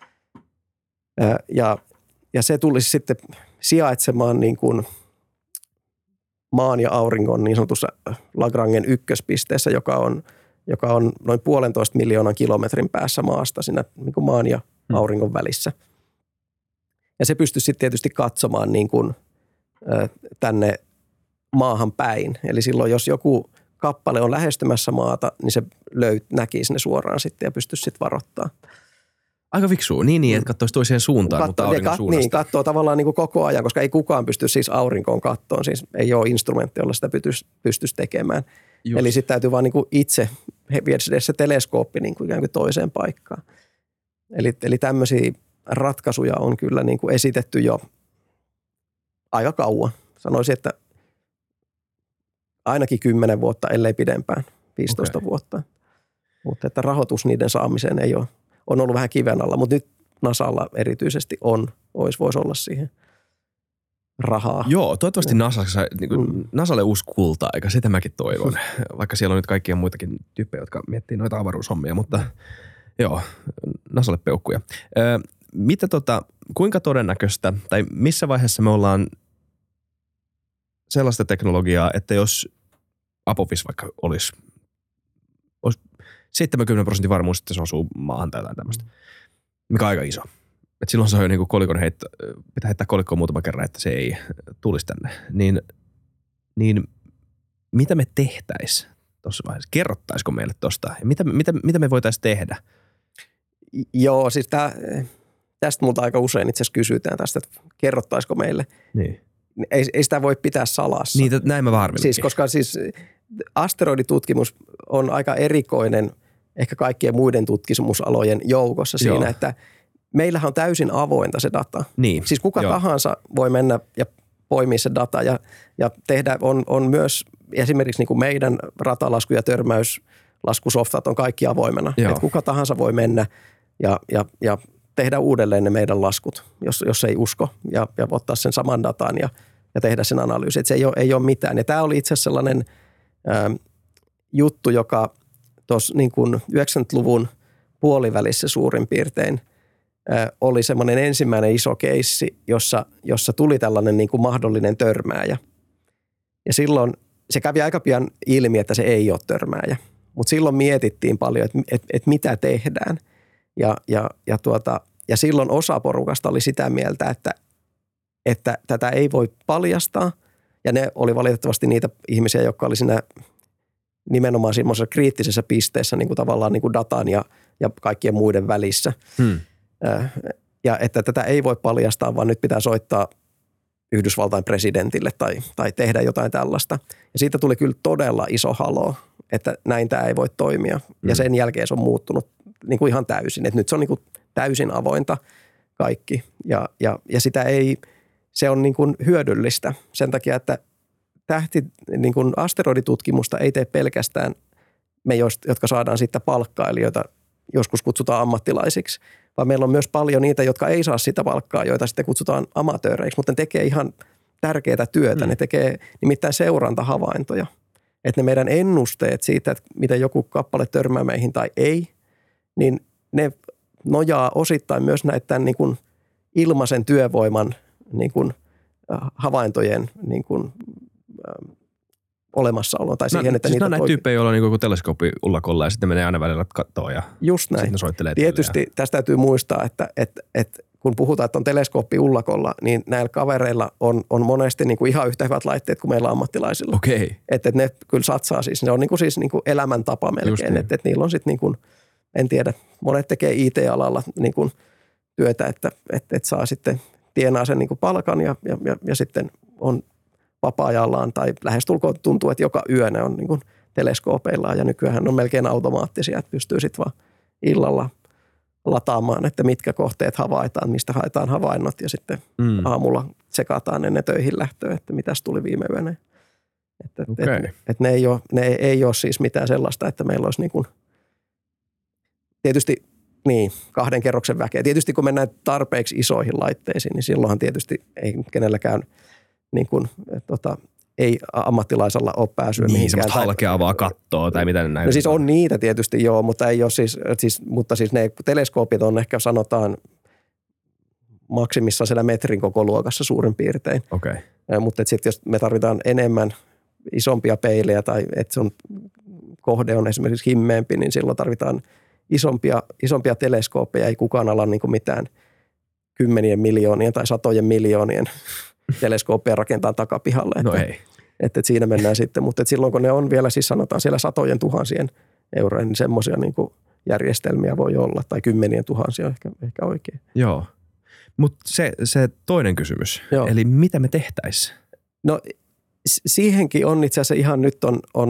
Ja se tulisi sitten sijaitsemaan niin kuin maan ja auringon niin sanotussa Lagrangen ykköspisteessä, joka on noin 1,5 miljoonan kilometrin päässä maasta siinä niin kuin maan ja auringon välissä. Ja se pystyisi sitten tietysti katsomaan niin kuin, tänne maahan päin. Eli silloin, jos joku kappale on lähestymässä maata, niin se näkisi ne suoraan sitten ja pystyisi sitten varoittamaan. Aika fiksua. Niin, että katsoisi toiseen suuntaan, mutta auringon suunnasta. Niin, katsoo tavallaan niin kuin koko ajan, koska ei kukaan pysty siis aurinkoon kattoon. Siis ei ole instrumentti, jolla sitä pystyisi tekemään. Just. Eli sitten täytyy vaan niin kuin itse viedä se teleskooppi niin kuin ikään kuin toiseen paikkaan. Eli tämmöisiä ratkaisuja on kyllä niin kuin esitetty jo aika kauan. Sanoisin, että ainakin 10 vuotta, ellei pidempään, 15 vuotta. Mutta että rahoitus niiden saamiseen ei ole. On ollut vähän kiven alla, mutta nyt NASAlla erityisesti voisi olla siihen rahaa. Joo, toivottavasti NASAlle uusi kulta-aika, sitä mäkin toivon. Vaikka siellä on nyt kaikkia muitakin tyyppejä, jotka miettii noita avaruushommia, mutta joo, NASAlle peukkuja. Kuinka todennäköistä, tai missä vaiheessa me ollaan sellaista teknologiaa, että jos Apophis vaikka olisi 70% varmuus, että se osuu maahan tai jotain tämmöistä, mikä on aika iso. Et silloin se on jo niin kuin kolikon pitää heittää kolikkoa muutama kerran, että se ei tulisi tänne. Niin mitä me tehtäisiin tuossa vaiheessa? Kerrottaisiko meille tuosta? Mitä me voitaisiin tehdä? Joo, siis tästä multa aika usein itse asiassa kysytään tästä, että kerrottaisiko meille. Niin. Ei sitä voi pitää salassa. Niin, näin mä varminkin. Siis, koska siis asteroiditutkimus on aika erikoinen ehkä kaikkien muiden tutkimusalojen joukossa siinä, että meillähän on täysin avointa se data. Niin. Siis kuka tahansa voi mennä ja poimia se data ja tehdä, on myös esimerkiksi niin kuin meidän ratalasku- ja törmäyslaskusoftat on kaikki avoimena. Että kuka tahansa voi mennä ja tehdä uudelleen ne meidän laskut, jos ei usko ja ottaa sen saman datan ja tehdä sen analyysin. Että se ei ole mitään. Ja tämä oli itse asiassa sellainen juttu, joka tuossa niin kuin 90-luvun puolivälissä suurin piirtein oli semmoinen ensimmäinen iso keissi, jossa tuli tällainen niin kuin mahdollinen törmääjä. Ja silloin se kävi aika pian ilmi, että se ei ole törmääjä. Mutta silloin mietittiin paljon, että mitä tehdään. Ja silloin osa porukasta oli sitä mieltä, että tätä ei voi paljastaa. Ja ne oli valitettavasti niitä ihmisiä, jotka oli siinä nimenomaan semmoisessa kriittisessä pisteessä niin kuin tavallaan niin kuin datan ja kaikkien muiden välissä. Ja että tätä ei voi paljastaa, vaan nyt pitää soittaa Yhdysvaltain presidentille tai tehdä jotain tällaista. Ja siitä tuli kyllä todella iso haloo, että näin tämä ei voi toimia. Ja sen jälkeen se on muuttunut niin kuin ihan täysin. Että nyt se on niin kuin täysin avointa kaikki. Ja sitä ei, se on niin kuin hyödyllistä sen takia, että niin kuin asteroiditutkimusta ei tee pelkästään me, jotka saadaan siitä palkkaa, eli joita joskus kutsutaan ammattilaisiksi, vaan meillä on myös paljon niitä, jotka ei saa sitä palkkaa, joita sitten kutsutaan amatööreiksi, mutta ne tekee ihan tärkeää työtä. Ne tekee nimittäin seurantahavaintoja. Että ne meidän ennusteet siitä, että miten joku kappale törmää meihin tai ei, niin ne nojaa osittain myös näiden niin kuin ilmaisen työvoiman niin kuin havaintojen niin kuin olemassaoloon tai siihen, että siis niitä näitä tyyppejä, joilla on niin kuin teleskooppi ullakolla ja sitten menee aina välillä kattoon ja just näin. Sitten soittelee. Tietysti tästä täytyy muistaa, että kun puhutaan, että on teleskooppi ullakolla, niin näillä kavereilla on monesti niin kuin ihan yhtä hyvät laitteet kuin meillä ammattilaisilla. Okei. Että ne kyllä satsaa siis. Ne on niin kuin siis niin kuin elämäntapa melkein. Niin. Että niillä on sitten niin kuin, en tiedä, monet tekee IT-alalla niin kuin työtä, että saa sitten tienaa sen niin kuin palkan ja sitten on vapaa-ajallaan tai lähestulkoon tuntuu, että joka yö ne on niin kuin teleskoopeillaan ja nykyään on melkein automaattisia, että pystyy sitten vaan illalla lataamaan, että mitkä kohteet havaitaan, mistä haetaan havainnot ja sitten aamulla tsekataan ennen töihin lähtöä, että mitäs tuli viime yönä. Että ne ei ole siis mitään sellaista, että meillä olisi niin kuin, tietysti niin, 2 kerroksen väkeä. Tietysti kun mennään tarpeeksi isoihin laitteisiin, niin silloinhan tietysti ei kenelläkään niin kuin, ei ammattilaisella ole pääsyä niin, mihinkään. Semmoista halkeavaa kattoa tai mitä näin. No siis on niitä tietysti joo, mutta ei ole mutta siis ne teleskoopit on ehkä sanotaan maksimissa siellä metrin koko luokassa suurin piirtein. Okei. Mutta sitten jos me tarvitaan enemmän isompia peilejä tai että se on kohde on esimerkiksi himmeempi, niin silloin tarvitaan isompia teleskooppeja. Ei kukaan ala niin kuin mitään 10 miljoonien tai 100 miljoonien teleskooppeja rakentaa takapihalle. No ei. Että siinä mennään sitten, mutta silloin kun ne on vielä siis sanotaan siellä 100 000 euroja, niin semmoisia niin kuin järjestelmiä voi olla tai 10 000 ehkä oikein. Joo. Mutta se toinen kysymys, joo. Eli mitä me tehtäisiin? No siihenkin on itse asiassa ihan nyt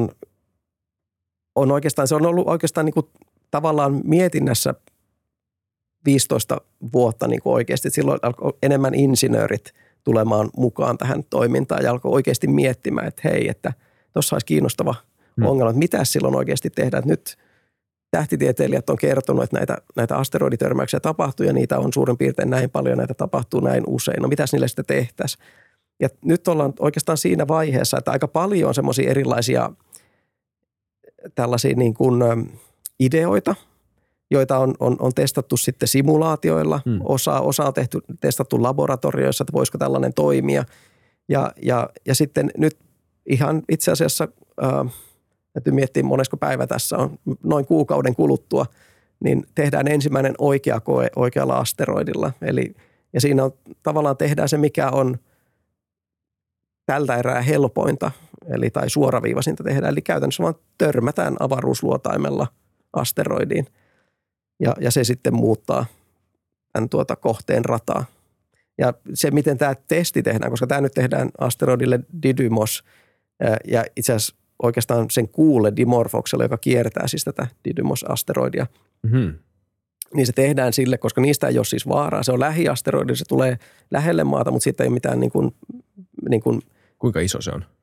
on oikeastaan, se on ollut oikeastaan niin kuin tavallaan mietinnässä 15 vuotta niin kuin oikeasti. Silloin alkoi enemmän insinöörit tulemaan mukaan tähän toimintaan ja alkoi oikeasti miettimään, että hei, että tuossa olisi kiinnostava ongelma, että mitä silloin oikeasti tehdään. Että nyt tähtitieteilijät on kertonut, että näitä asteroiditörmäyksiä tapahtuu ja niitä on suurin piirtein näin paljon, näitä tapahtuu näin usein. No mitäs niille sitten tehtäisiin? Ja nyt ollaan oikeastaan siinä vaiheessa, että aika paljon on semmoisia erilaisia tällaisia niin kuin ideoita, joita on testattu sitten simulaatioilla. Osa on testattu laboratorioissa, että voisiko tällainen toimia. Ja sitten nyt ihan itse asiassa, täytyy miettiä monesko päivä tässä on, noin kuukauden kuluttua, niin tehdään ensimmäinen oikea koe oikealla asteroidilla. Ja siinä tavallaan tehdään se, mikä on tältä erää helpointa, tai suoraviivaisinta tehdään. Eli käytännössä vaan törmätään avaruusluotaimella asteroidiin. Ja se sitten muuttaa tämän kohteen rataa. Ja se, miten tämä testi tehdään, koska tämä nyt tehdään asteroidille Didymos ja itse asiassa oikeastaan sen kuulle Dimorphokselle, joka kiertää siis tätä Didymos-asteroidia. Niin se tehdään sille, koska niistä ei ole siis vaaraa. Se on lähiasteroidi, se tulee lähelle maata, mutta siitä ei ole mitään niin kuin kuinka iso se on?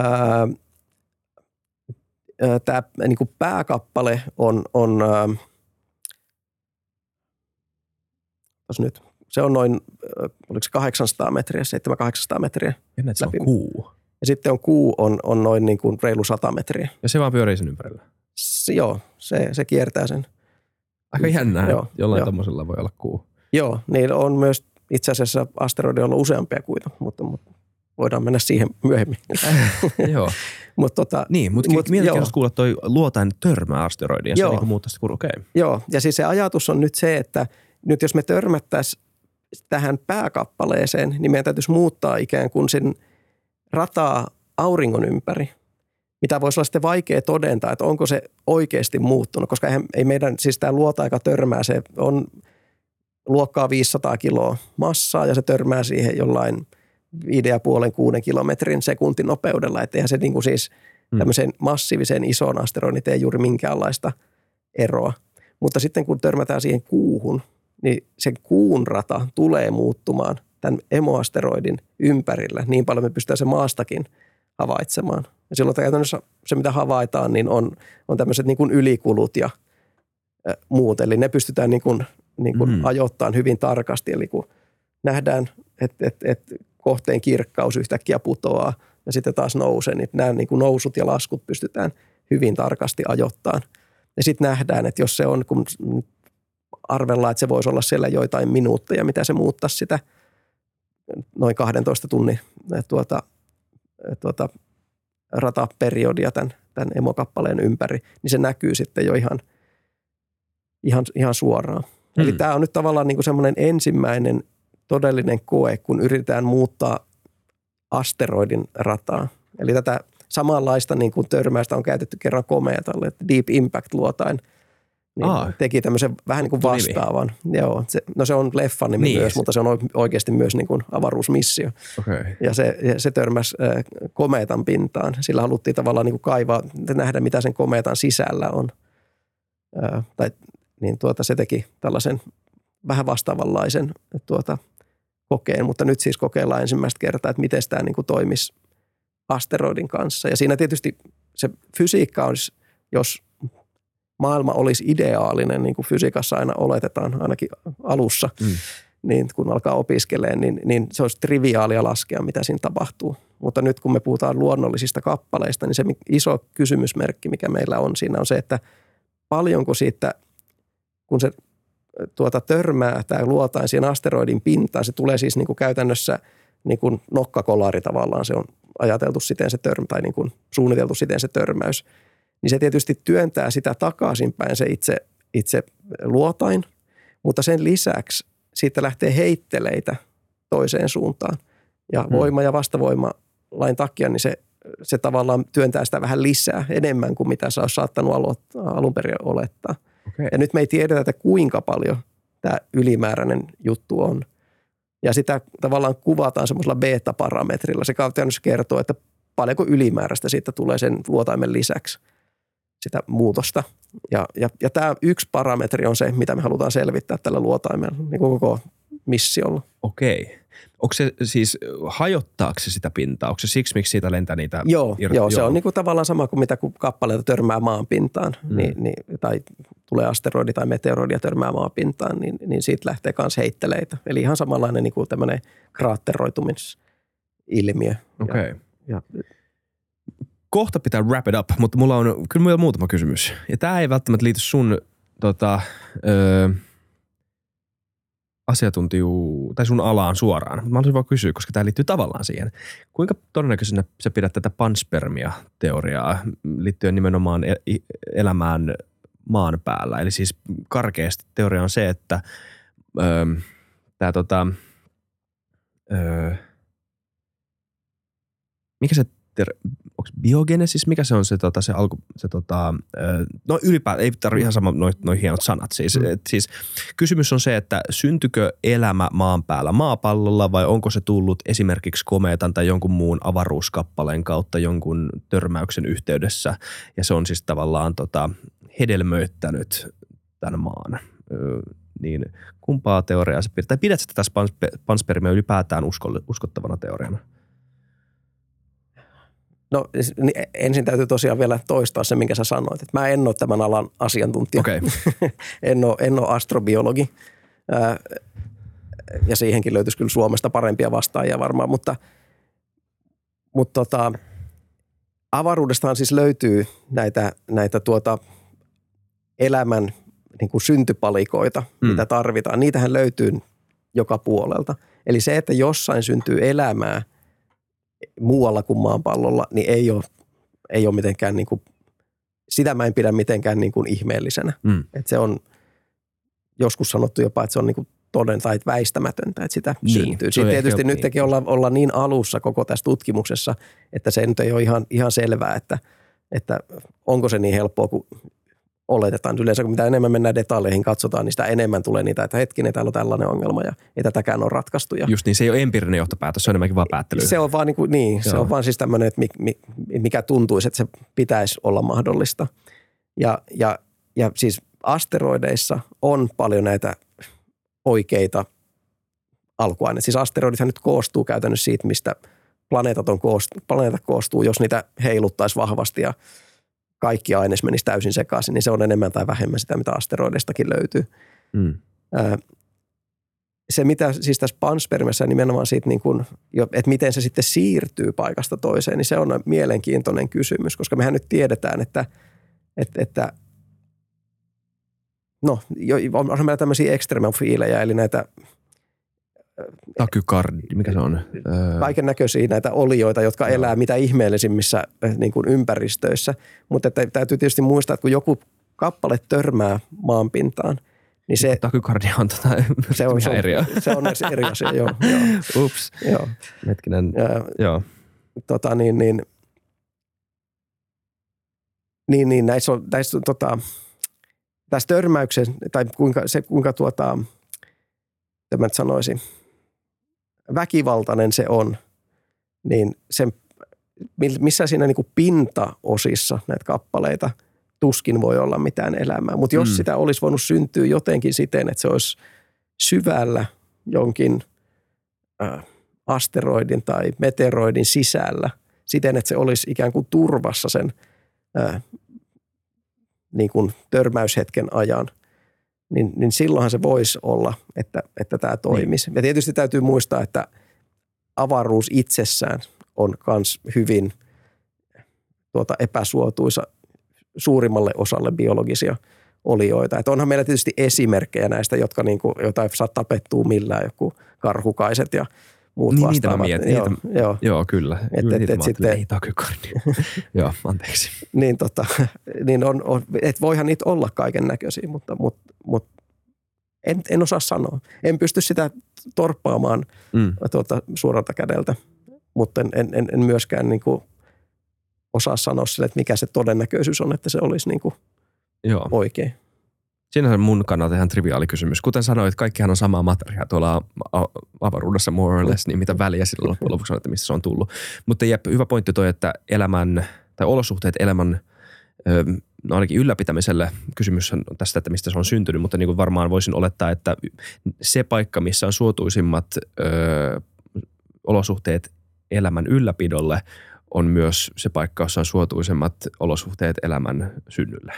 Tämä niin kuin pääkappale on nyt. Se on noin, oliko se 800 metriä, 700-800 metriä. Ja näet, se on kuu. Ja sitten kuu on noin niin kuin reilu 100 metriä. Ja se vaan pyörii sen ympärillä? Joo, se kiertää sen. Aika jännää, jollain tommosella voi olla kuu. Joo, niillä on myös itse asiassa asteroideilla useampia kuita, mutta voidaan mennä siihen myöhemmin. Joo. mutta mielenkiintoista kuulla toi luotain törmää asteroidia ja se niin muuttaa sitä okei. Joo, ja siis se ajatus on nyt se, että nyt jos me törmättäisiin tähän pääkappaleeseen, niin meidän täytyisi muuttaa ikään kuin sen rataa auringon ympäri, mitä voisi olla sitten vaikea todentaa, että onko se oikeasti muuttunut, koska ei meidän, siis tämä luota-aika törmää, se on luokkaa 500 kiloa massaa ja se törmää siihen jollain 5,5-6 kilometrin sekuntinopeudella, että eihän se niin kuin siis tämmöisen massiivisen ison asteroidin tee juuri minkäänlaista eroa. Mutta sitten kun törmätään siihen kuuhun, niin sen kuun rata tulee muuttumaan tämän emoasteroidin ympärillä. Niin paljon me pystytään se maastakin havaitsemaan. Ja silloin käytännössä se, mitä havaitaan, niin on tämmöiset niin kuin ylikulut ja muut. Eli ne pystytään niin kuin ajoittamaan hyvin tarkasti. Eli kun nähdään, että kohteen kirkkaus yhtäkkiä putoaa ja sitten taas nousee, niin nämä niin kuin nousut ja laskut pystytään hyvin tarkasti ajoittamaan. Ja sitten nähdään, että jos se on, kun arvellaan, että se voisi olla siellä joitain minuutteja, mitä se muuttaisi sitä noin 12 tunnin rataperiodia tämän emokappaleen ympäri, niin se näkyy sitten jo ihan suoraan. Eli tämä on nyt tavallaan niin kuin semmoinen ensimmäinen todellinen koe, kun yritetään muuttaa asteroidin rataa. Eli tätä samanlaista niin kuin törmäystä on käytetty kerran komeetalle, että Deep Impact-luotain niin teki tämmöisen vähän niin kuin vastaavan. Joo, se on leffan nimi niin, myös, mutta se on oikeasti myös niin kuin avaruusmissio. Okay. Ja se törmäsi komeetan pintaan. Sillä haluttiin tavallaan niin kuin kaivaa, nähdä mitä sen komeetan sisällä on. Se teki tällaisen vähän vastaavanlaisen kokeen, mutta nyt siis kokeillaan ensimmäistä kertaa, että miten tämä niin kuin toimisi asteroidin kanssa. Ja siinä tietysti se fysiikka olisi, jos maailma olisi ideaalinen, niin kuin fysiikassa aina oletetaan, ainakin alussa, niin kun alkaa opiskelemaan, niin se olisi triviaalia laskea, mitä siinä tapahtuu. Mutta nyt kun me puhutaan luonnollisista kappaleista, niin se iso kysymysmerkki, mikä meillä on siinä, on se, että paljonko siitä, kun se törmää tämä luotain siihen asteroidin pintaan, se tulee siis niin kuin käytännössä niin kuin nokkakolari tavallaan, se on ajateltu siten se tai niin kuin suunniteltu siten se törmäys, niin se tietysti työntää sitä takaisinpäin se itse luotain, mutta sen lisäksi siitä lähtee heitteleitä toiseen suuntaan. Ja voima- ja vastavoimalain takia niin se tavallaan työntää sitä vähän lisää, enemmän kuin mitä se olisi saattanut alun perin olettaa. Okay. Ja nyt me ei tiedetä, että kuinka paljon tämä ylimääräinen juttu on. Ja sitä tavallaan kuvataan semmoisella beta-parametrilla. Se käytännössä kertoo, että paljonko ylimääräistä siitä tulee sen luotaimen lisäksi sitä muutosta. Ja tämä yksi parametri on se, mitä me halutaan selvittää tällä luotaimella, niin kuin koko missiolla. Okei. Onko se siis, hajottaako se sitä pintaa? Onko se siksi, miksi siitä lentää niitä? Joo, se on niin kuin tavallaan sama kuin mitä kun kappaleita törmää maan pintaan, tai tulee asteroidi tai meteoroidi ja törmää maan pintaan, niin siitä lähtee myös heitteleitä. Eli ihan samanlainen niin kuin tämmöinen kraatteroitumisilmiö. Okei. Kohta pitää wrap it up, mutta mulla on kyllä muutama kysymys. Ja tämä ei välttämättä liity sun tai sun alaan suoraan. Mä haluaisin vaan kysyä, koska tämä liittyy tavallaan siihen. Kuinka todennäköisenä sä pidät tätä panspermia-teoriaa liittyen nimenomaan elämään maan päällä? Eli siis karkeasti teoria on se, että mikä se onko biogenesis, mikä se on se alku, no ylipäätään, ei tarvitse ihan sama noin hienot sanat. Siis kysymys on se, että syntykö elämä maan päällä maapallolla vai onko se tullut esimerkiksi komeetan tai jonkun muun avaruuskappaleen kautta jonkun törmäyksen yhteydessä ja se on siis tavallaan hedelmöittänyt tämän maan. Niin kumpaa teoriaa sä pidät? Tai pidät sä tätä panspermia ylipäätään uskottavana teoriana? No ensin täytyy tosiaan vielä toistaa se, minkä sä sanoit. Että mä en ole tämän alan asiantuntija. Okay. en ole astrobiologi. Ja siihenkin löytyisi kyllä Suomesta parempia vastaajia varmaan. Mutta avaruudestahan siis löytyy näitä elämän niin kuin syntypalikoita, mitä tarvitaan. Niitähän löytyy joka puolelta. Eli se, että jossain syntyy elämää muualla kuin maapallolla, niin ei ole mitenkään niin kuin, sitä mä en pidä mitenkään niin kuin ihmeellisenä. Että se on joskus sanottu jopa, että se on niin kuin tai väistämätöntä, että sitä Niin, syntyy. se on Sitten tietysti ehkä- nytkin olla niin alussa koko tässä tutkimuksessa, että se nyt ei ole ihan selvää, että onko se niin helppoa kuin oletetaan. Yleensä kun mitä enemmän mennään detaileihin, katsotaan, niin sitä enemmän tulee niitä, että hetkinen, täällä on tällainen ongelma ja ei tätäkään ole ratkaistu. Ja Just niin, se ei ole empiirinen johtopäätös, se on enemmänkin vaan päättelyä. se on vaan se on vaan siis tämmöinen, että mikä tuntuisi, että se pitäisi olla mahdollista. Ja siis asteroideissa on paljon näitä oikeita alkuaineita. Siis asteroidithan nyt koostuu käytännössä siitä, mistä planeetat koostuu, jos niitä heiluttaisi vahvasti ja kaikki aines menisi täysin sekaisin, niin se on enemmän tai vähemmän sitä, mitä asteroideistakin löytyy. Se, mitä siis tässä panspermiassa nimenomaan siitä, niin kuin, että miten se sitten siirtyy paikasta toiseen, niin se on mielenkiintoinen kysymys, koska mehän nyt tiedetään, että onhan meillä tämmöisiä ekstremofiileja, eli näitä Tachycardi, mikä se on? Kaiken näköisiä näitä olioita, jotka elää mitä ihmeellisimmissä niin kuin ympäristöissä. Mutta täytyy tietysti muistaa, että kun joku kappale törmää maanpintaan, niin se... Tachycardia on se on ihan eri asia. Se on eri asia, joo. Ups. Joo. Hetkinen, joo. Näissä on tässä törmäyksessä, tai kuinka mä nyt sanoisin, väkivaltainen se on, niin sen, missä siinä niin kuin pintaosissa näitä kappaleita tuskin voi olla mitään elämää. Mutta jos sitä olisi voinut syntyä jotenkin siten, että se olisi syvällä jonkin asteroidin tai meteoroidin sisällä, siten, että se olisi ikään kuin turvassa sen niin kuin törmäyshetken ajan, niin silloinhan se voisi olla, että tämä toimisi. Ja tietysti täytyy muistaa, että avaruus itsessään on myös hyvin epäsuotuisa suurimmalle osalle biologisia olioita. Että onhan meillä tietysti esimerkkejä näistä, jotka niinku, jotain saa tapettua millään, joku karhukaiset ja muut niin, vastaavat. Niitä mä mietin. Joo, kyllä. Ei tachycardia. Joo, anteeksi. Niin on, että voihan niitä olla kaiken näköisiä, mutta en osaa sanoa. En pysty sitä torppaamaan suoralta kädeltä, mutta en myöskään niinku osaa sanoa sille, että mikä se todennäköisyys on, että se olisi niinku oikein. Siinähän mun kannalta ihan triviaali kysymys. Kuten sanoit, kaikkihan on samaa materiaa tuolla avaruudessa more or less, niin mitä väliä sillä loppujen lopuksi on, että mistä se on tullut. Mutta jep, hyvä pointti toi, että elämän tai olosuhteet elämän no ainakin ylläpitämiselle kysymys on tästä, että mistä se on syntynyt, mutta niin kuin varmaan voisin olettaa, että se paikka, missä on suotuisimmat olosuhteet elämän ylläpidolle, on myös se paikka, jossa on suotuisemmat olosuhteet elämän synnylle.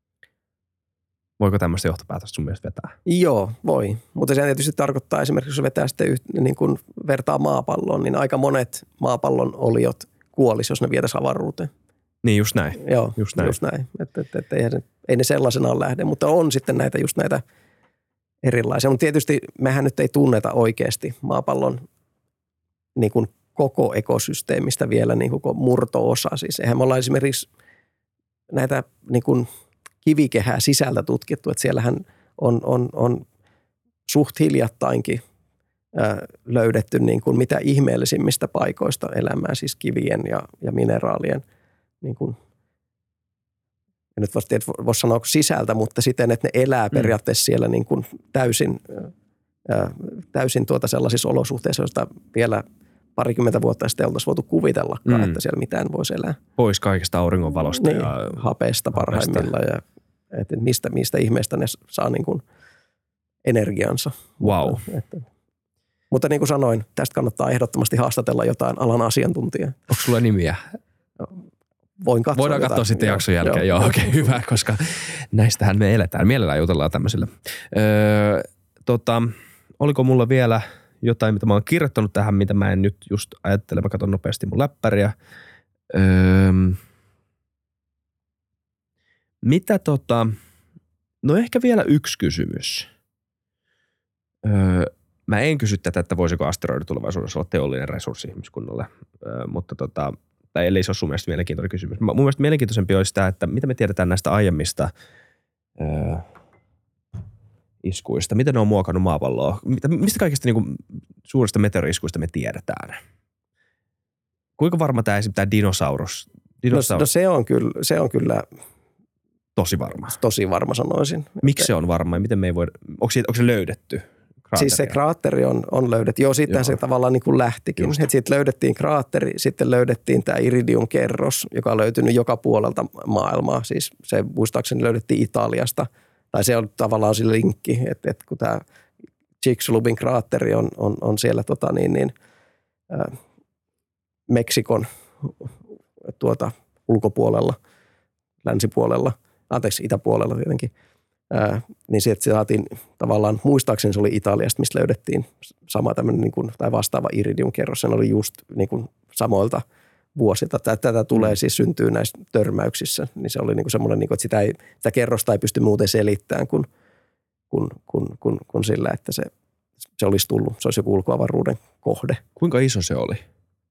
Voiko tämmöistä johtopäätöstä sun mielestä vetää? Joo, voi. Mutta se tietysti tarkoittaa esimerkiksi, jos vetää sitten niin kuin vertaa maapalloon, niin aika monet maapallon oliot kuolisi, jos ne vietäisiin avaruuteen. Niin, just näin. Joo, just näin. Että ei ne sellaisenaan lähde, mutta on sitten näitä erilaisia. Mutta tietysti mehän nyt ei tunneta oikeasti maapallon niin kuin koko ekosysteemistä vielä niin kuin murto-osa. Siis eihän me olla esimerkiksi näitä niin kuin kivikehää sisältä tutkittu, että siellähän on suht hiljattainkin löydetty niin kuin mitä ihmeellisimmistä paikoista elämää, siis kivien ja mineraalien, niin kuin, en nyt voisi sanoa sisältä, mutta siten, että ne elää periaatteessa siellä niin kuin täysin sellaisissa olosuhteissa, joista vielä parikymmentä vuotta sitten oltaisiin voitu kuvitellakaan, että siellä mitään voisi elää. Pois kaikesta auringonvalosta niin, ja hapeesta parhaimmillaan ja että mistä ihmeestä ne saa niin kuin energiansa. Wow. Mutta niin kuin sanoin, tästä kannattaa ehdottomasti haastatella jotain alan asiantuntijaa. Onko sulla nimiä? Voidaan katsoa sitten jakson jälkeen. Joo, okei, hyvä, koska näistähän me eletään. Mielellään jutellaan tämmöisille. Oliko mulla vielä jotain, mitä mä oon kirjoittanut tähän, mitä mä en nyt just ajattele. Mä katson nopeasti mun läppäriä. No ehkä vielä yksi kysymys. Mä en kysy tätä, että voisiko asteroidi tulevaisuudessa olla teollinen resurssi ihmiskunnalle, mutta tai ellei se ole sun mielestä mielenkiintoinen kysymys. Mun mielestä mielenkiintoisempi olisi tämä, että mitä me tiedetään näistä aiemmista iskuista? Miten ne on muokannut maapalloa? Mistä kaikista niin kuin, suurista meteori-iskuista me tiedetään? Kuinka varma tämä dinosaurus? No se on kyllä tosi varma. Tosi varma sanoisin. Miksi se on varma ja miten me ei voi, onko se löydetty? Kraateria? Siis se kraatteri on löydetty. Joo, siitähän se tavallaan niin kuin lähtikin. Sitten löydettiin kraatteri, sitten löydettiin tämä iridiumkerros, joka on löytynyt joka puolelta maailmaa. Siis se muistaakseni löydettiin Italiasta. Tai se on tavallaan se linkki, että kun tämä Chicxulubin kraatteri on siellä Meksikon ulkopuolella, länsipuolella, itäpuolella tietenkin, niin sieltä saatiin tavallaan, muistaakseni se oli Italiasta, mistä löydettiin sama tämmöinen niin kuin, tai vastaava iridiumkerros. Se oli just niin kuin samoilta vuosilta. Tätä tulee siis syntyy näissä törmäyksissä, niin se oli niin kuin semmoinen, niin kuin, että sitä kerrosta ei pysty muuten selittämään kuin sillä, että se olisi tullut. Se olisi joku ulkoavaruuden kohde. Kuinka iso se oli?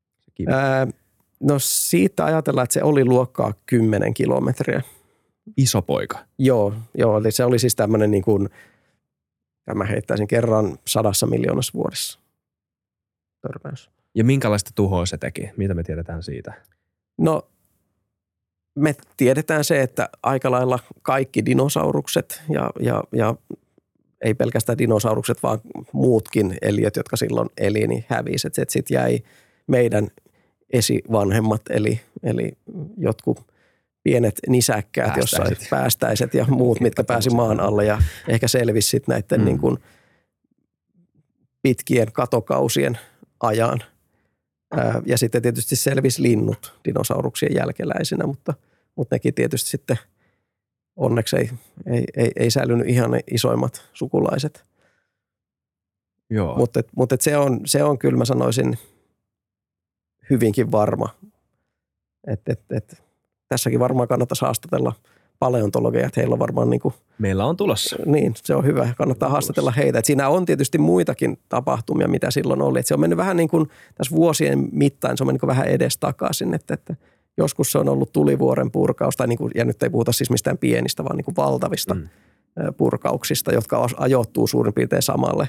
No siitä ajatellaan, että se oli luokkaa 10 kilometriä. Iso poika. Joo, eli se oli siis tämmöinen niin kuin, mä heittäisin kerran 100 miljoonassa vuodessa törmäys. Ja minkälaista tuhoa se teki? Mitä me tiedetään siitä? No me tiedetään se, että aika lailla kaikki dinosaurukset ja ei pelkästään dinosaurukset, vaan muutkin eliöt, jotka silloin eli, niin hävisi. Että sitten jäi meidän esivanhemmat, eli jotkut pienet nisäkkäät, jossain päästäiset ja muut, mitkä pääsi maan alle ja ehkä selvisi sitten näiden niin kuin pitkien katokausien ajan. Ja sitten tietysti selvisi linnut dinosauruksien jälkeläisinä, mutta nekin tietysti sitten onneksi ei säilynyt ihan ne isoimmat sukulaiset. Joo. Mutta se on kyllä mä sanoisin hyvinkin varma, että tässäkin varmaan kannattaisi haastatella paleontologeja, että heillä on varmaan niin kuin, meillä on tulossa. Niin, se on hyvä. Kannattaa haastatella heitä. Että siinä on tietysti muitakin tapahtumia, mitä silloin oli. Että se on mennyt vähän niin kuin tässä vuosien mittaan, se on mennyt vähän edestakaisin, että joskus se on ollut tulivuoren purkaus, tai niin kuin, ja nyt ei puhuta siis mistään pienistä, vaan niin kuin valtavista purkauksista, jotka ajoittuu suurin piirtein samalle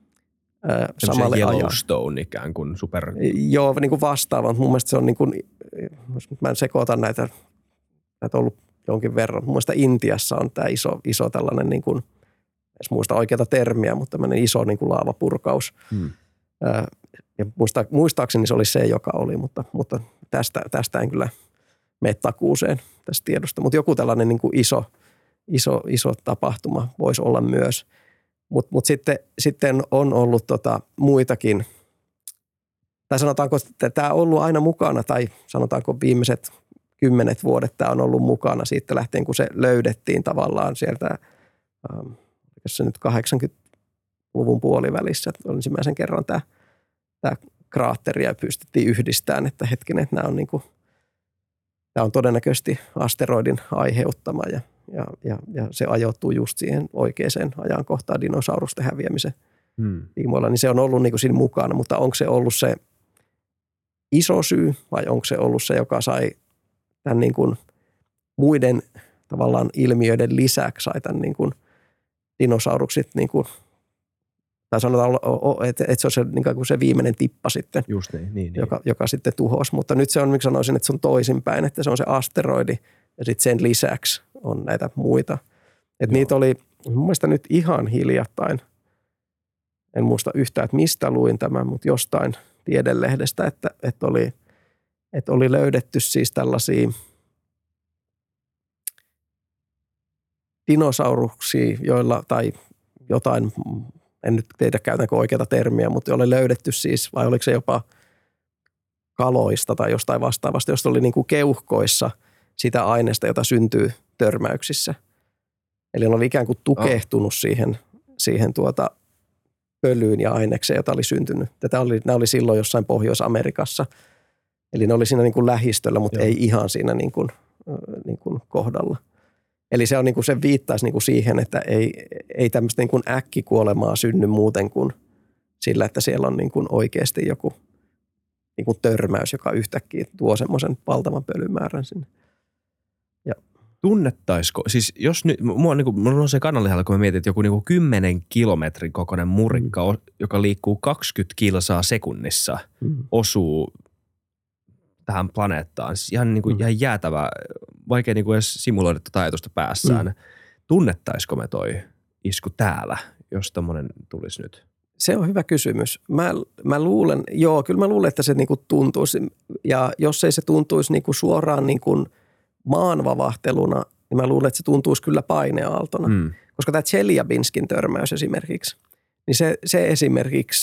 Yellowstone ikään kuin super. Joo, niin kuin vastaava. Mun mielestä se on niin kuin, mä en sekoitan näitä on ollut jonkin verran. Mun mielestä Intiassa on tämä iso tällainen, niin kuin, en muista oikeata termiä, mutta tämmöinen iso niin kuin laavapurkaus. Ja muistaakseni se oli se, joka oli, mutta tästä en kyllä mene takuuseen tästä tiedosta. Mutta joku tällainen niin kuin iso tapahtuma voisi olla myös. Mutta sitten on ollut muitakin, tai sanotaanko, että tämä on ollut aina mukana, tai sanotaanko viimeiset 10 vuodet tämä on ollut mukana siitä lähtien, kun se löydettiin tavallaan sieltä, jos se nyt 80-luvun puolivälissä, että ensimmäisen kerran tämä kraatteri ja pystyttiin yhdistämään, että hetkinen, että tämä on todennäköisesti asteroidin aiheuttama ja se ajoittuu just siihen oikeaan ajankohtaan dinosaurusten häviämisen tiimoilla, niin se on ollut niin kuin siinä mukana, mutta onko se ollut se iso syy vai onko se ollut se, joka sai tämän niin kuin muiden tavallaan ilmiöiden lisäksi sai tämän niin kuin dinosaurukset niin kuin, tai sanotaan, että se on se, niin kuin se viimeinen tippa sitten, just niin. Joka sitten tuhosi. Mutta nyt se on, miksi sanoisin, että se on toisinpäin, että se on se asteroidi ja sitten sen lisäksi on näitä muita. Että niitä oli mun mielestä nyt ihan hiljattain, en muista yhtään, että mistä luin tämän, mutta jostain tiedelehdestä, että oli löydetty siis tällaisia dinosauruksia, joilla, tai jotain, en nyt tiedä käytänkö oikeata termiä, mutta oli löydetty siis, vai oliko se jopa kaloista tai jostain vastaavasta, josta oli niin kuin keuhkoissa sitä aineesta, jota syntyy törmäyksissä. Eli ne oli ikään kuin tukehtunut siihen pölyyn ja ainekseen, jota oli syntynyt. Nämä oli silloin jossain Pohjois-Amerikassa. Eli ne oli siinä niin kuin lähistöllä, mutta ei ihan siinä niin kuin kohdalla. Eli se on niin kuin se viittaisi niin kuin siihen, että ei tämmöistä niin kuin äkkikuolemaa synny muuten kuin sillä, että siellä on niin kuin oikeasti joku niin kuin törmäys, joka yhtäkkiä tuo semmoisen valtavan pölymäärän sinne. Ja Tunnettaisiko, siis jos nyt, mulla on se kananlihalla, kun mä mietin, että joku niinku 10 kilometrin kokoinen murikka, joka liikkuu 20 kilsaa sekunnissa, osuu tähän planeettaan. Siis ihan, ihan jäätävä, vaikea niinku edes simuloida tätä ajatusta päässään. Tunnettaisiko me toi isku täällä, jos tommonen tulisi nyt? Se on hyvä kysymys. Mä luulen, kyllä mä luulen, että se niinku tuntuisi. Ja jos ei se tuntuisi niinku suoraan niinku maanvavahteluna, niin mä luulen, että se tuntuisi kyllä paineaaltona. Koska tämä Tseljabinskin törmäys esimerkiksi, niin se esimerkiksi,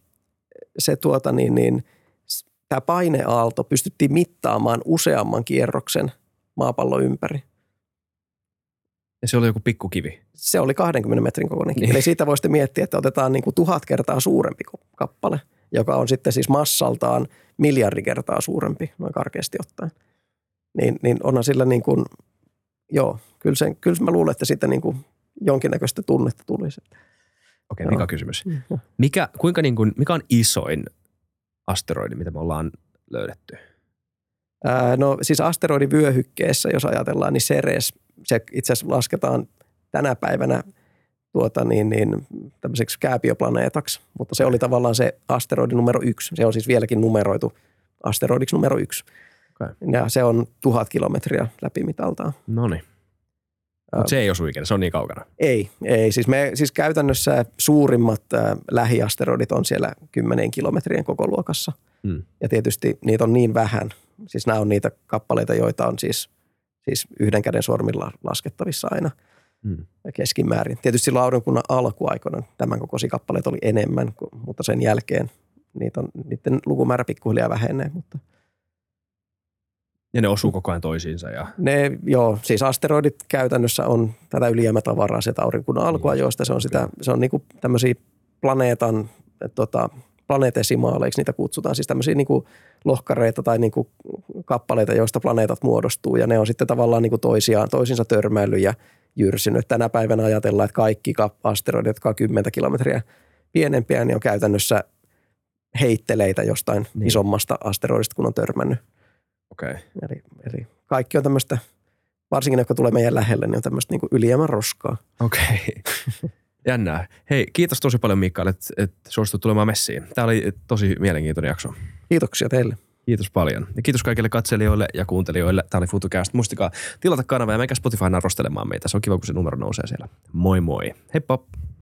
tämä paineaalto pystyttiin mittaamaan useamman kierroksen maapallon ympäri. Ja se oli joku pikkukivi? Se oli 20 metrin kokoinen kivi. Eli siitä voisitte miettiä, että otetaan niin kuin 1000 kertaa suurempi kappale, joka on sitten siis massaltaan miljardi kertaa suurempi, noin karkeasti ottaen. Niin onhan sillä niin kuin, kyllä mä luulen, että siitä niin kuin jonkinnäköistä tunnetta tulisi. Okei, mikä kysymys? Mikä on isoin asteroidi, mitä me ollaan löydetty? No siis asteroidivyöhykkeessä, jos ajatellaan, niin Ceres, se itse asiassa lasketaan tänä päivänä tämmöiseksi kääpioplaneetaksi, mutta se oli tavallaan se asteroidi numero 1. Se on siis vieläkin numeroitu asteroidiksi numero 1. Okay. Ja se on 1000 kilometriä läpimitaltaan. Noniin. Mutta se ei osu ikinä, se on niin kaukana. Ei. Siis käytännössä suurimmat lähiasteroidit on siellä 10 kilometrien kokoluokassa. Ja tietysti niitä on niin vähän. Siis nämä on niitä kappaleita, joita on siis yhden käden sormilla laskettavissa aina keskimäärin. Tietysti silloin aurinkokunnan alkuaikoina tämän kokoisia kappaleita oli enemmän, mutta sen jälkeen niiden lukumäärä pikkuhiljaa vähenee. Mutta ja ne osuu koko ajan toisiinsa. Siis asteroidit käytännössä on tätä ylijäämätavaraa sieltä aurinkokunnan alkuajoista. Se on niinku tämmöisiä planeetesimaaleiksi niitä kutsutaan. Siis tämmöisiä niinku lohkareita tai niinku kappaleita, joista planeetat muodostuu. Ja ne on sitten tavallaan niinku toisiinsa törmäillyt ja jyrsinyt. Tänä päivänä ajatellaan, että kaikki asteroidit, jotka on 10 kilometriä pienempiä, niin on käytännössä heitteleitä jostain isommasta asteroidista, kun on törmännyt. Okay. Eli kaikki on tämmöistä, varsinkin ne, jotka tulee meidän lähelle, niin on tämmöistä niinku ylijäämän roskaa. Okei. Jännää. Hei, kiitos tosi paljon Mikael, että suostut tulemaan messiin. Tämä oli tosi mielenkiintoinen jakso. Kiitoksia teille. Kiitos paljon. Ja kiitos kaikille katselijoille ja kuuntelijoille. Tämä oli FutuCast. Muistakaa tilata kanava ja menkää Spotifyna arvostelemaan meitä. Se on kiva, kun se numero nousee siellä. Moi moi. Heippa.